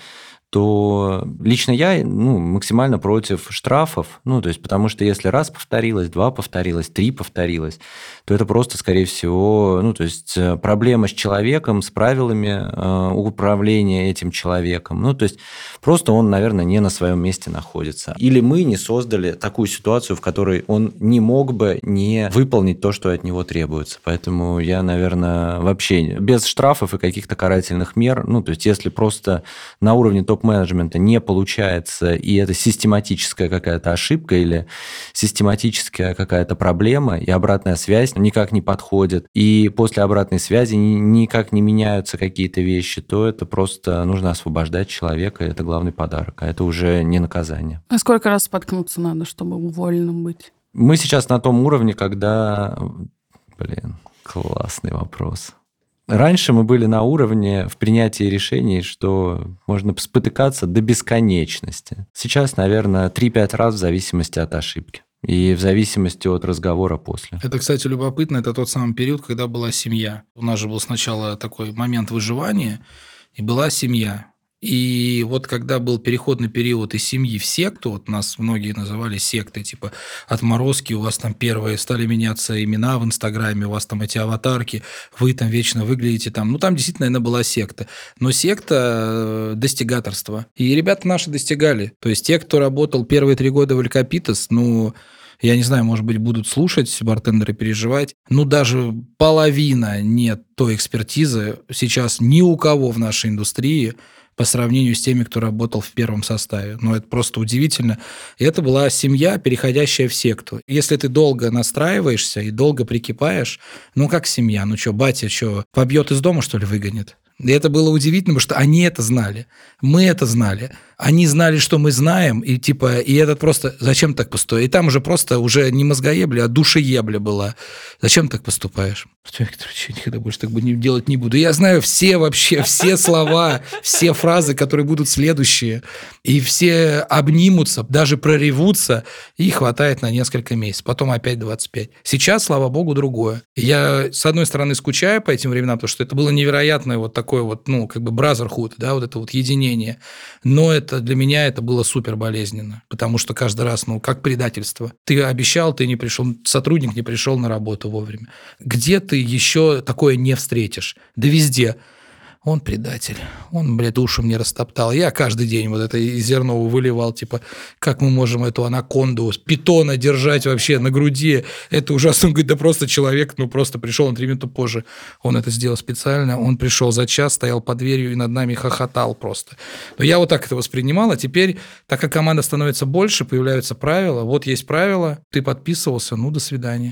то лично я ну, максимально против штрафов, ну, то есть потому что если раз повторилось, два повторилось, три повторилось, то это просто, скорее всего, ну, то есть проблема с человеком, с правилами э, управления этим человеком, ну, то есть просто он, наверное, не на своем месте находится. Или мы не создали такую ситуацию, в которой он не мог бы не выполнить то, что от него требуется. Поэтому я, наверное, вообще без штрафов и каких-то карательных мер, ну, то есть если просто на уровне топ менеджмента не получается, и это систематическая какая-то ошибка или систематическая какая-то проблема, и обратная связь никак не подходит, и после обратной связи никак не меняются какие-то вещи, то это просто нужно освобождать человека, и это главный подарок, а это уже не наказание. А сколько раз споткнуться надо, чтобы уволенным быть? Мы сейчас на том уровне, когда... Блин, классный вопрос. Раньше мы были на уровне в принятии решений, что можно спотыкаться до бесконечности. Сейчас, наверное, три-пять раз в зависимости от ошибки и в зависимости от разговора после. Это, кстати, любопытно. Это тот самый период, когда была семья. У нас же был сначала такой момент выживания, и была семья. И вот когда был переходный период из семьи в секту, вот нас многие называли сектой, типа отморозки, у вас там первые стали меняться имена в Инстаграме, у вас там эти аватарки, вы там вечно выглядите там. Ну, там действительно, наверное, была секта. Но секта – достигаторство. И ребята наши достигали. То есть те, кто работал первые три года в Элькапитас, ну... Я не знаю, может быть, будут слушать бартендеры, переживать. Ну, даже половина нет той экспертизы сейчас ни у кого в нашей индустрии по сравнению с теми, кто работал в первом составе. Ну, это просто удивительно. И это была семья, переходящая в секту. Если ты долго настраиваешься и долго прикипаешь, ну, как семья? Ну, что, батя, что, побьет из дома, что ли, выгонит? И это было удивительно, потому что они это знали, мы это знали, они знали, что мы знаем, и типа, и это просто, зачем так поступать? И там уже просто уже не мозгоебля, а душеебля была. Зачем так поступаешь? Артем Викторович, я никогда больше так бы не делать не буду. Я знаю все вообще, все слова, все фразы, которые будут следующие, и все обнимутся, даже проревутся, и хватает на несколько месяцев, потом опять двадцать пять. Сейчас, слава богу, другое. Я, с одной стороны, скучаю по этим временам, потому что это было невероятное вот такое вот, ну, как бы brotherhood, да, вот это вот единение. Но это для меня это было супер болезненно, потому что каждый раз, ну, как предательство. Ты обещал, ты не пришел, сотрудник не пришел на работу вовремя. Где ты еще такое не встретишь? Да везде. Он предатель. Он, блядь, душу мне растоптал. Я каждый день вот это из зерно выливал, типа, как мы можем эту анаконду, питона держать вообще на груди? Это ужасно. Он говорит, да просто человек, ну, просто пришел на три минуты позже. Он это сделал специально. Он пришел за час, стоял под дверью и над нами хохотал просто. Но я вот так это воспринимал, а теперь, так как команда становится больше, появляются правила. Вот есть правила, ты подписывался, ну, до свидания.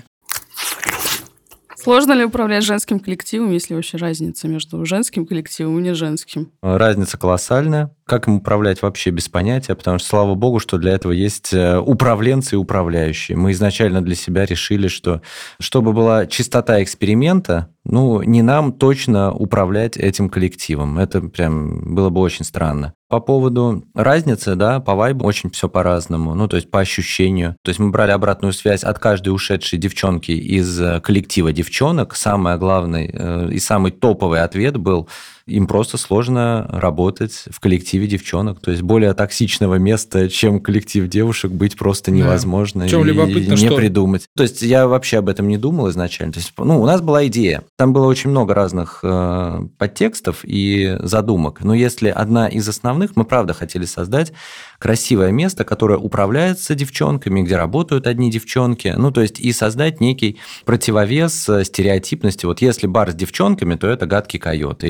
Сложно ли управлять женским коллективом, если вообще разница между женским коллективом и не женским? Разница колоссальная. Как им управлять вообще без понятия, потому что, слава богу, что для этого есть управленцы и управляющие. Мы изначально для себя решили, что чтобы была чистота эксперимента, ну, не нам точно управлять этим коллективом. Это прям было бы очень странно. По поводу разницы, да, по вайбу очень все по-разному, ну, то есть по ощущению. То есть мы брали обратную связь от каждой ушедшей девчонки из коллектива девчонок. Самый главный и самый топовый ответ был: им просто сложно работать в коллективе девчонок. То есть более токсичного места, чем коллектив девушек, быть просто невозможно. Да. И, и не что? Придумать. То есть я вообще об этом не думал изначально. То есть, ну, у нас была идея. Там было очень много разных э, подтекстов и задумок. Но если одна из основных, мы правда хотели создать красивое место, которое управляется девчонками, где работают одни девчонки. Ну, то есть и создать некий противовес стереотипности. Вот если бар с девчонками, то это гадкий койот. Или если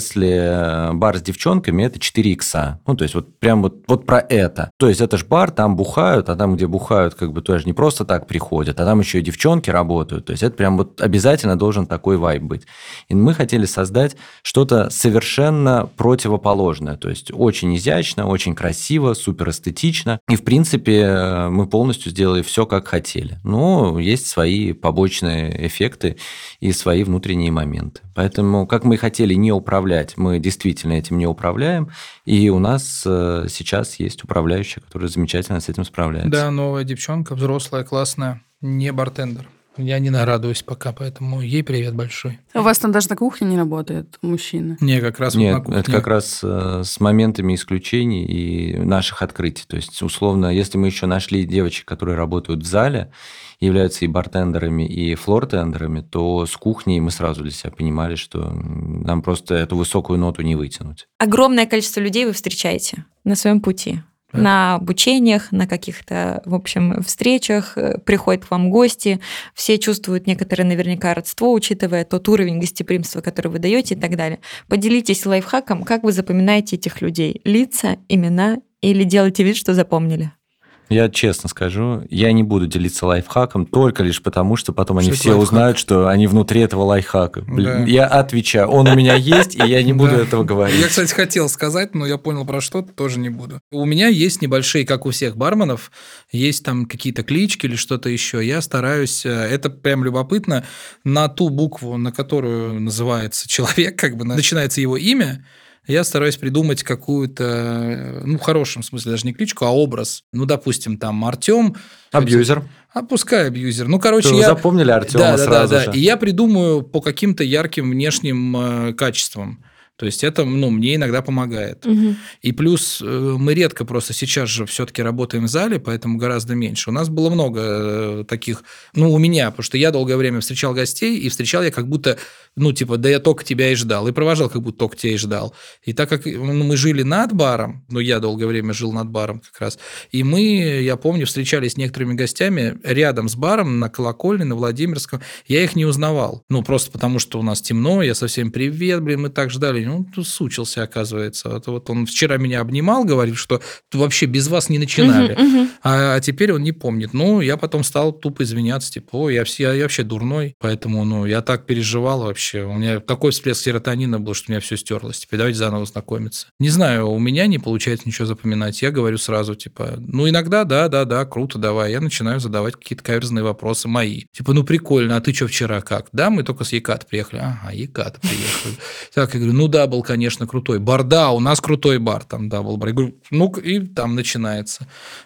если бар с девчонками, это четыре икса. Ну, то есть вот прям вот, вот про это. То есть это ж бар, там бухают, а там, где бухают, как бы тоже не просто так приходят, а там еще и девчонки работают. То есть это прям вот обязательно должен такой вайб быть. И мы хотели создать что-то совершенно противоположное. То есть очень изящно, очень красиво, супер эстетично. И, в принципе, мы полностью сделали все, как хотели. Но есть свои побочные эффекты и свои внутренние моменты. Поэтому, как мы хотели не управлять, мы действительно этим не управляем. И у нас сейчас есть управляющая, которая замечательно с этим справляется. Да, новая девчонка, взрослая, классная, не бартендер. Я не нарадуюсь пока, поэтому ей привет большой. У вас там даже на кухне не работает мужчина? Не, как раз Нет, вот на кухне. это как раз с моментами исключений и наших открытий. То есть, условно, если мы еще нашли девочек, которые работают в зале, являются и бартендерами, и флортендерами, то с кухней мы сразу для себя понимали, что нам просто эту высокую ноту не вытянуть. Огромное количество людей вы встречаете на своем пути. Да. На обучениях, на каких-то, в общем, встречах, приходят к вам гости, все чувствуют некоторое наверняка родство, учитывая тот уровень гостеприимства, который вы даете и так далее. Поделитесь лайфхаком, как вы запоминаете этих людей? Лица, имена или делаете вид, что запомнили? Я честно скажу, я не буду делиться лайфхаком только лишь потому, что потом что они все лайфхак? Узнают, что они внутри этого лайфхака. Да. Я отвечаю, он у меня есть, и я не буду да. этого говорить. Я, кстати, хотел сказать, но я понял про что, тоже не буду. У меня есть небольшие, как у всех барменов, есть там какие-то клички или что-то еще. Я стараюсь, это прям любопытно, на ту букву, на которую называется человек, как бы начинается его имя, я стараюсь придумать какую-то, ну, в хорошем смысле, даже не кличку, а образ. Ну, допустим, там Артем. Абьюзер. А пускай абьюзер. Ну, короче, Что, я... запомнили Артема да, сразу да, да, же. да. И я придумаю по каким-то ярким внешним э, качествам. То есть это, ну, мне иногда помогает. Угу. И плюс мы редко просто сейчас же все-таки работаем в зале, поэтому гораздо меньше. У нас было много таких, ну, у меня, потому что я долгое время встречал гостей, и встречал я как будто, ну, типа, да я только тебя и ждал, и провожал как будто только тебя и ждал. И так как ну, мы жили над баром, ну, я долгое время жил над баром как раз, и мы, я помню, встречались с некоторыми гостями рядом с баром на Колокольной, на Владимирском, я их не узнавал. Ну, просто потому что у нас темно, я со всеми привет, блин, мы так ждали. Ну, сучился, оказывается. Вот, вот он вчера меня обнимал, говорит, что вообще без вас не начинали. Uh-huh, uh-huh. А, а теперь он не помнит. Ну, я потом стал тупо извиняться, типа, ой, я, я, я вообще дурной, поэтому, ну, я так переживал вообще. У меня такой всплеск серотонина был, что у меня все стерлось. Теперь давайте заново знакомиться. Не знаю, у меня не получается ничего запоминать. Я говорю сразу, типа, ну, иногда, да, да, да, круто, давай. Я начинаю задавать какие-то каверзные вопросы мои. Типа, ну, прикольно, а ты что вчера как? Да, мы только с Екат приехали. Ага, Екат приехали. Так, я говорю, ну, да, был, конечно, крутой бар. Да, у нас крутой бар, там, да, был бар. Я говорю, ну, и там начинается.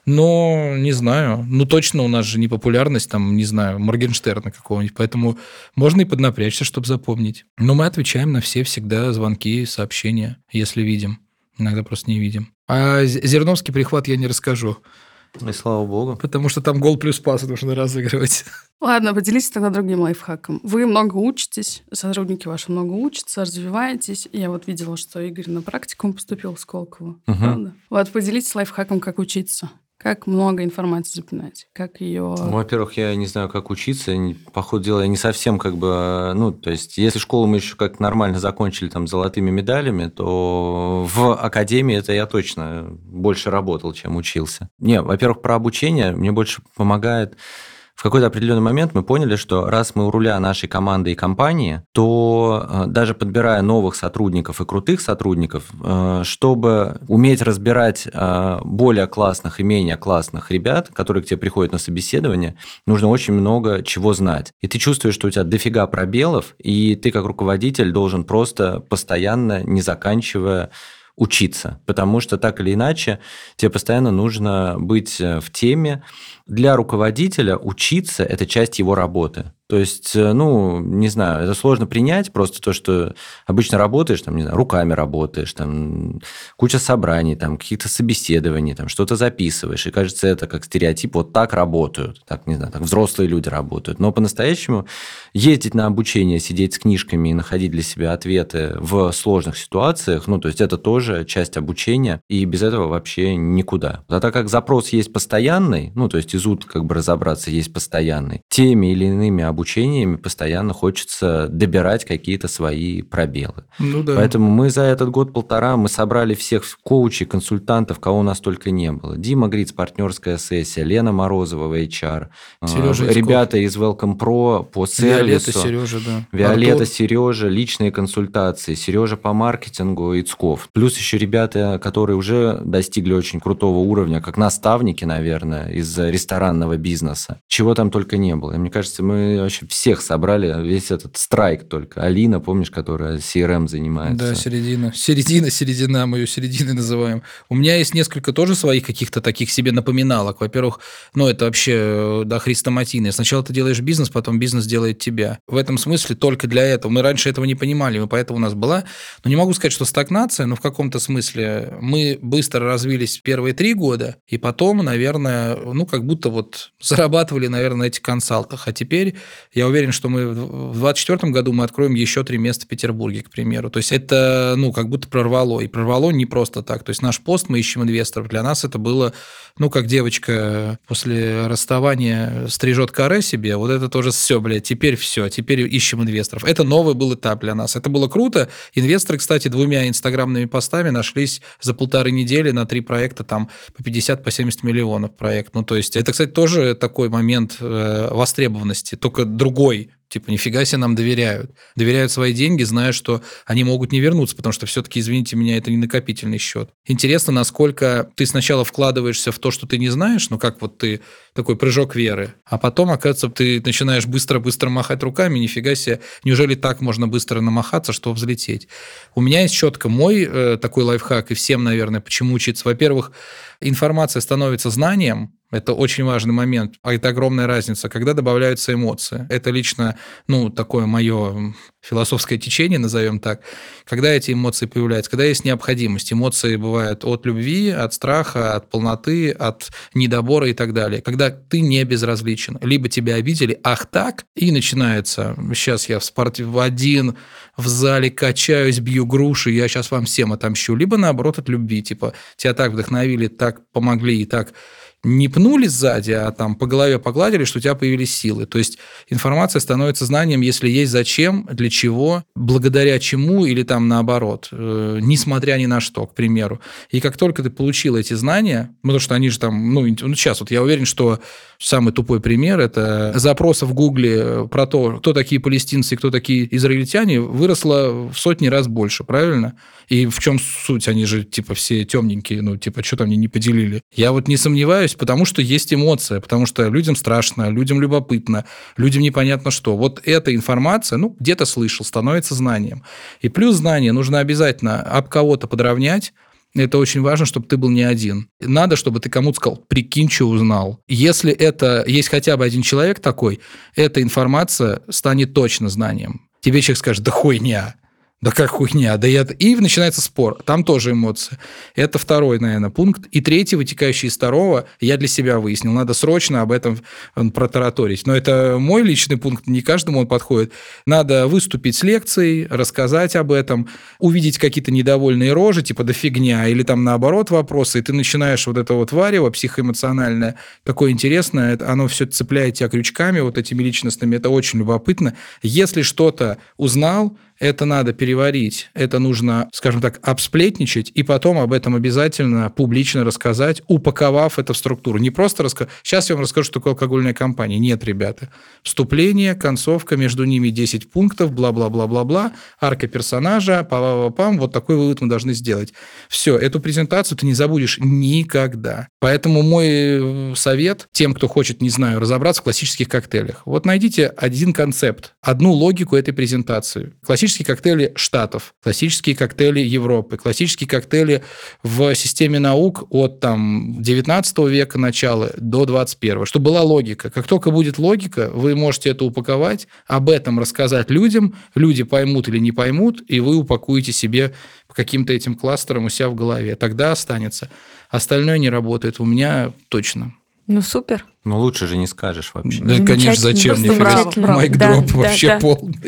Но, не знаю, ну, точно у нас же не популярность, там, не знаю, Моргенштерна какого-нибудь, поэтому можно и поднапрячься, чтобы запомнить. Но мы отвечаем на все всегда звонки, сообщения, если видим. Иногда просто не видим. А Зерновский прихват я не расскажу. И слава богу. Потому что там гол плюс пас нужно разыгрывать. Ладно, поделитесь тогда другим лайфхаком. Вы много учитесь, сотрудники ваши много учатся, развиваетесь. Я вот видела, что Игорь на практикум поступил в Сколково. Угу. Правда? Вот поделитесь лайфхаком, как учиться. Как много информации запоминать, как ее... Ну, во-первых, я не знаю, как учиться. По ходу дела, я не совсем как бы... Ну, то есть, если школу мы еще как нормально закончили там золотыми медалями, то в академии это я точно больше работал, чем учился. Не, во-первых, про обучение мне больше помогает... В какой-то определенный момент мы поняли, что раз мы у руля нашей команды и компании, то даже подбирая новых сотрудников и крутых сотрудников, чтобы уметь разбирать более классных и менее классных ребят, которые к тебе приходят на собеседование, нужно очень много чего знать. И ты чувствуешь, что у тебя дофига пробелов, и ты как руководитель должен просто постоянно, не заканчивая, учиться, потому что так или иначе тебе постоянно нужно быть в теме. Для руководителя учиться – это часть его работы. То есть, ну, не знаю, это сложно принять, просто то, что обычно работаешь, там, не знаю, руками работаешь, там, куча собраний, там, каких-то собеседований, там, что-то записываешь, и кажется, это как стереотип, вот так работают, так, не знаю, так взрослые люди работают. Но по-настоящему ездить на обучение, сидеть с книжками и находить для себя ответы в сложных ситуациях, ну, то есть, это тоже часть обучения, и без этого вообще никуда. А так как запрос есть постоянный, ну, то есть, из ут как бы разобраться есть постоянный, теми или иными обучениями постоянно хочется добирать какие-то свои пробелы. Ну да. Поэтому мы за этот год-полтора мы собрали всех коучей, консультантов, кого у нас только не было. Дима Гриц, партнерская сессия, Лена Морозова в эйч ар, Сережа ребята из Welcome Pro по сервису. Виолетта, Сережа, да. Виолетта, Артур. Сережа, личные консультации, Сережа по маркетингу, Ицков. Плюс еще ребята, которые уже достигли очень крутого уровня, как наставники, наверное, из ресторанного бизнеса. Чего там только не было. И мне кажется, мы вообще всех собрали, весь этот страйк только. Алина, помнишь, которая си эр эм занимается? Да, середина. Середина, середина, мы ее серединой называем. У меня есть несколько тоже своих каких-то таких себе напоминалок. Во-первых, ну, это вообще, да, хрестоматийное. Сначала ты делаешь бизнес, потом бизнес делает тебя. В этом смысле только для этого. Мы раньше этого не понимали, и поэтому у нас была, ну, не могу сказать, что стагнация, но в каком-то смысле мы быстро развились первые три года, и потом, наверное, ну, как будто вот зарабатывали, наверное, на этих консалтах. А теперь я уверен, что мы в двадцать четвёртом году мы откроем еще три места в Петербурге, к примеру. То есть это, ну, как будто прорвало. И прорвало не просто так. То есть наш пост «Мы ищем инвесторов», для нас это было, ну, как девочка после расставания стрижет каре себе, вот это тоже все, блядь, теперь все, теперь ищем инвесторов. Это новый был этап для нас. Это было круто. Инвесторы, кстати, двумя инстаграмными постами нашлись за полторы недели на три проекта, там по пятьдесят, по семьдесят миллионов проект. Ну, то есть это, кстати, тоже такой момент э, востребованности, только другой. Типа, нифига себе нам доверяют. Доверяют свои деньги, зная, что они могут не вернуться, потому что все-таки, извините меня, это не накопительный счет. Интересно, насколько ты сначала вкладываешься в то, что ты не знаешь, ну, как вот ты такой прыжок веры, а потом, оказывается, ты начинаешь быстро-быстро махать руками, нифига себе, неужели так можно быстро намахаться, чтобы взлететь? У меня есть четко мой э, такой лайфхак, и всем, наверное, почему учиться. Во-первых, информация становится знанием. Это очень важный момент, а это огромная разница, когда добавляются эмоции. Это лично, ну, такое мое философское течение, назовем так. Когда эти эмоции появляются, когда есть необходимость. Эмоции бывают от любви, от страха, от полноты, от недобора и так далее. Когда ты не безразличен. Либо тебя обидели, ах так, и начинается. Сейчас я в спорте в один, в зале качаюсь, бью груши, я сейчас вам всем отомщу. Либо наоборот от любви, типа тебя так вдохновили, так помогли и так не пнули сзади, а там по голове погладили, что у тебя появились силы. То есть информация становится знанием, если есть зачем, для чего, благодаря чему или там наоборот, э, несмотря ни на что, к примеру. И как только ты получил эти знания, потому что они же там, ну, ну сейчас вот я уверен, что самый тупой пример – это запросы в Гугле про то, кто такие палестинцы и кто такие израильтяне, выросло в сотни раз больше, правильно? И в чем суть? Они же типа все темненькие, ну типа что там они не поделили. Я вот не сомневаюсь, потому что есть эмоция, потому что людям страшно, людям любопытно, людям непонятно что. Вот эта информация, ну где-то слышал, становится знанием. И плюс знание нужно обязательно об кого-то подровнять. Это очень важно, чтобы ты был не один. Надо, чтобы ты кому-то сказал, прикинь, что узнал. Если это есть хотя бы один человек такой, эта информация станет точно знанием. Тебе человек скажет, да хуйня. Да как хуйня, да я... И начинается спор, там тоже эмоции. Это второй, наверное, пункт. И третий, вытекающий из второго, я для себя выяснил. Надо срочно об этом протараторить. Но это мой личный пункт, не каждому он подходит. Надо выступить с лекцией, рассказать об этом, увидеть какие-то недовольные рожи, типа да фигня, или там наоборот вопросы, и ты начинаешь вот это вот варево психоэмоциональное, такое интересное, оно все цепляет тебя крючками вот этими личностными, это очень любопытно. Если что-то узнал, это надо переварить, это нужно, скажем так, обсплетничать, и потом об этом обязательно публично рассказать, упаковав это в структуру. Не просто рассказать. Сейчас я вам расскажу, что такое алкогольная компания. Нет, ребята. Вступление, концовка, между ними десять пунктов, бла-бла-бла-бла-бла, арка персонажа, па-па-па-пам, вот такой вывод мы должны сделать. Все, эту презентацию ты не забудешь никогда. Поэтому мой совет тем, кто хочет, не знаю, разобраться в классических коктейлях. Вот найдите один концепт, одну логику этой презентации. Классические коктейли Штатов, классические коктейли Европы, классические коктейли в системе наук от там, девятнадцатого века начала до двадцать первого, чтобы была логика. Как только будет логика, вы можете это упаковать, об этом рассказать людям, люди поймут или не поймут, и вы упакуете себе по каким-то этим кластерам у себя в голове. Тогда останется. Остальное не работает. У меня точно. Ну, супер. Ну, лучше же не скажешь вообще. Да, конечно, зачем? Нифига. Майк-дроп вообще да. полный.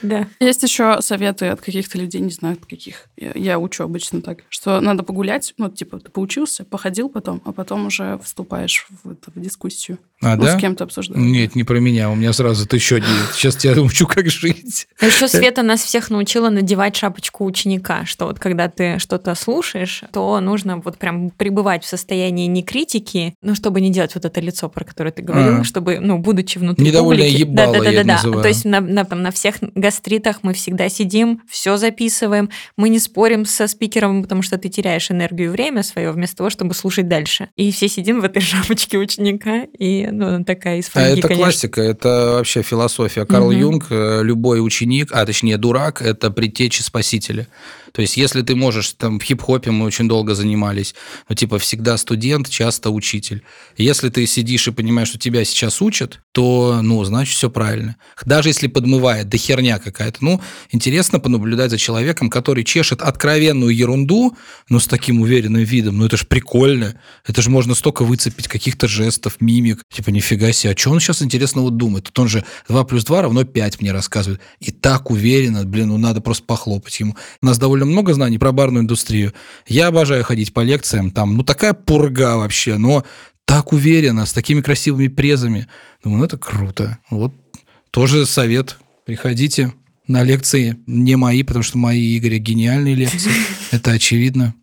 Да. Есть еще советы от каких-то людей, не знаю, от каких. Я, я учу обычно так, что надо погулять, ну, типа, ты поучился, походил потом, а потом уже вступаешь в, в дискуссию. А, ну, да? С кем-то обсуждаешь. Нет, не про меня, у меня сразу ты еще один. Сейчас тебя учу, как жить. А еще Света нас всех научила надевать шапочку ученика, что вот когда ты что-то слушаешь, то нужно вот прям пребывать в состоянии не критики, ну, чтобы не делать вот это лицо, про которое ты говорил, А. чтобы, ну, будучи внутри Недовольное публики. ебало, да, да, да, я да, это да. называю. То есть на, на, там, на всех гастритах мы всегда сидим, все записываем, мы не спорим со спикером, потому что ты теряешь энергию и время свое вместо того, чтобы слушать дальше. И все сидим в этой шапочке ученика, и ну, такая из фольги, А это конечно. классика, это вообще философия. Карл Мгм. Юнг, э, любой ученик, а точнее дурак, это предтеча спасителя. То есть, если ты можешь, там, в хип-хопе мы очень долго занимались, ну, типа, всегда студент, часто учитель. Если ты сидишь и понимаешь, что тебя сейчас учат, то, ну, значит, все правильно. Даже если подмывает, да херня какая-то. Ну, интересно понаблюдать за человеком, который чешет откровенную ерунду, но с таким уверенным видом. Ну, это же прикольно. Это же можно столько выцепить каких-то жестов, мимик. Типа, нифига себе, а что он сейчас интересного думает? Тут он же два плюс два равно пять мне рассказывает. И так уверенно, блин, ну, надо просто похлопать ему. У нас довольно много знаний про барную индустрию. Я обожаю ходить по лекциям. Там, ну, такая пурга вообще, но так уверенно, с такими красивыми презами. Думаю, ну, это круто. Вот тоже совет. Приходите на лекции. Не мои, потому что мои, Игоря, гениальные лекции. Это очевидно.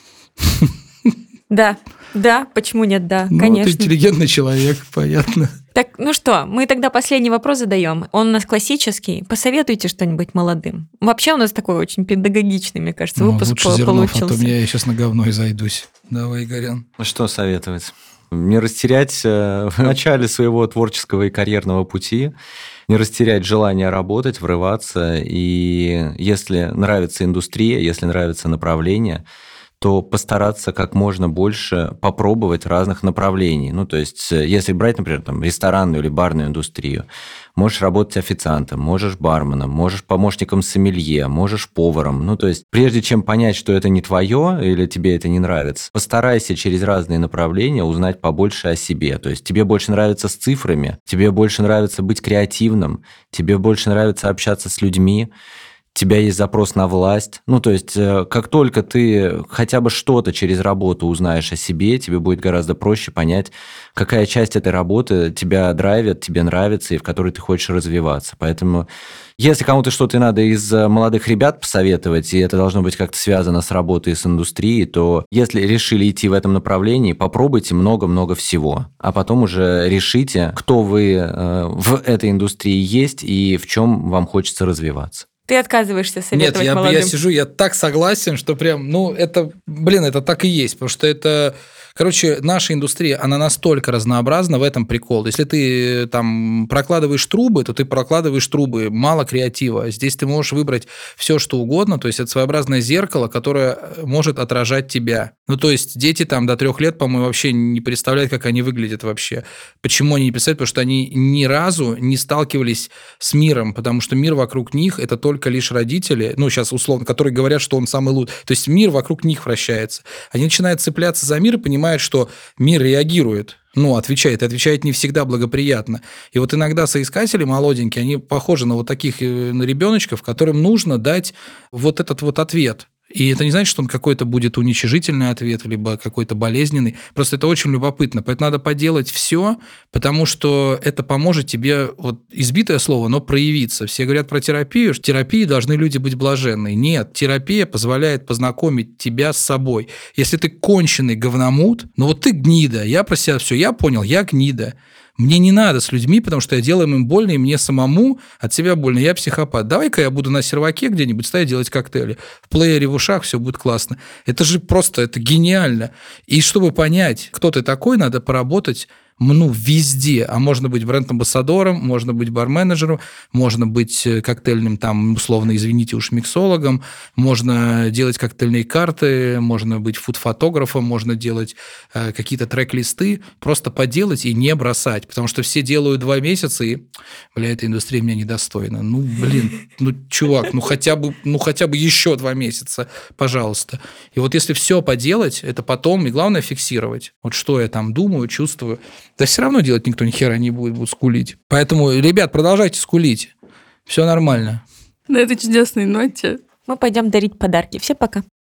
Да, да, почему нет, да, Ну, конечно. ты интеллигентный человек, понятно. Так, ну что, мы тогда последний вопрос задаем. Он у нас классический. Посоветуйте что-нибудь молодым. Вообще у нас такой очень педагогичный, мне кажется, Ну, выпуск лучше по- Зернов, а получился. то меня я сейчас на говно и зайдусь. Давай, Игорян. Ну, что советовать? Не растерять э, в начале своего творческого и карьерного пути, не растерять желание работать, врываться. И если нравится индустрия, если нравится направление, то постараться как можно больше попробовать разных направлений. Ну, то есть, если брать, например, там, ресторанную или барную индустрию, можешь работать официантом, можешь барменом, можешь помощником сомелье, можешь поваром. Ну, то есть, прежде чем понять, что это не твое или тебе это не нравится, постарайся через разные направления узнать побольше о себе. То есть, тебе больше нравится с цифрами, тебе больше нравится быть креативным, тебе больше нравится общаться с людьми, у тебя есть запрос на власть. Ну, то есть, как только ты хотя бы что-то через работу узнаешь о себе, тебе будет гораздо проще понять, какая часть этой работы тебя драйвит, тебе нравится и в которой ты хочешь развиваться. Поэтому, если кому-то что-то надо из молодых ребят посоветовать, и это должно быть как-то связано с работой и с индустрией, то если решили идти в этом направлении, попробуйте много-много всего, а потом уже решите, кто вы в этой индустрии есть и в чем вам хочется развиваться. Ты отказываешься советовать Нет, я, молодым. я сижу, я так согласен, что прям, ну, это, блин, это так и есть, потому что это, короче, наша индустрия, она настолько разнообразна, в этом прикол. Если ты там прокладываешь трубы, то ты прокладываешь трубы, мало креатива. Здесь ты можешь выбрать все, что угодно, то есть это своеобразное зеркало, которое может отражать тебя. Ну, то есть дети там до трех лет, по-моему, вообще не представляют, как они выглядят вообще. Почему они не представляют? Потому что они ни разу не сталкивались с миром, потому что мир вокруг них – это только лишь родители, ну, сейчас условно, которые говорят, что он самый лучший. То есть мир вокруг них вращается. Они начинают цепляться за мир и понимают, что мир реагирует, ну, отвечает, и отвечает не всегда благоприятно. И вот иногда соискатели молоденькие, они похожи на вот таких на ребеночков, которым нужно дать вот этот вот ответ. И это не значит, что он какой-то будет уничижительный ответ, либо какой-то болезненный. Просто это очень любопытно. Поэтому надо поделать все, потому что это поможет тебе, вот избитое слово, но проявиться. Все говорят про терапию, что в терапии должны люди быть блаженные. Нет, терапия позволяет познакомить тебя с собой. Если ты конченый говномут, ну вот ты гнида, я про себя все, я понял, я гнида. Мне не надо с людьми, потому что я делаю им больно, и мне самому от себя больно. Я психопат. Давай-ка я буду на серваке где-нибудь стоять делать коктейли. В плеере в ушах все будет классно. Это же просто, это гениально. И чтобы понять, кто ты такой, надо поработать ну, везде. А можно быть бренд-амбассадором, можно быть бар-менеджером, можно быть коктейльным, там, условно, извините уж, миксологом, можно делать коктейльные карты, можно быть фуд-фотографом, можно делать э, какие-то трек-листы, просто поделать и не бросать. Потому что все делают два месяца, и, бля, эта индустрия меня недостойна. Ну, блин, ну, чувак, ну хотя бы, ну, хотя бы еще два месяца, пожалуйста. И вот если все поделать, это потом, и главное, фиксировать. Вот что я там думаю, чувствую. Да все равно делать никто ни хера не будет, будут скулить. Поэтому, ребят, продолжайте скулить. Все нормально. На этой чудесной ноте мы пойдем дарить подарки. Все пока.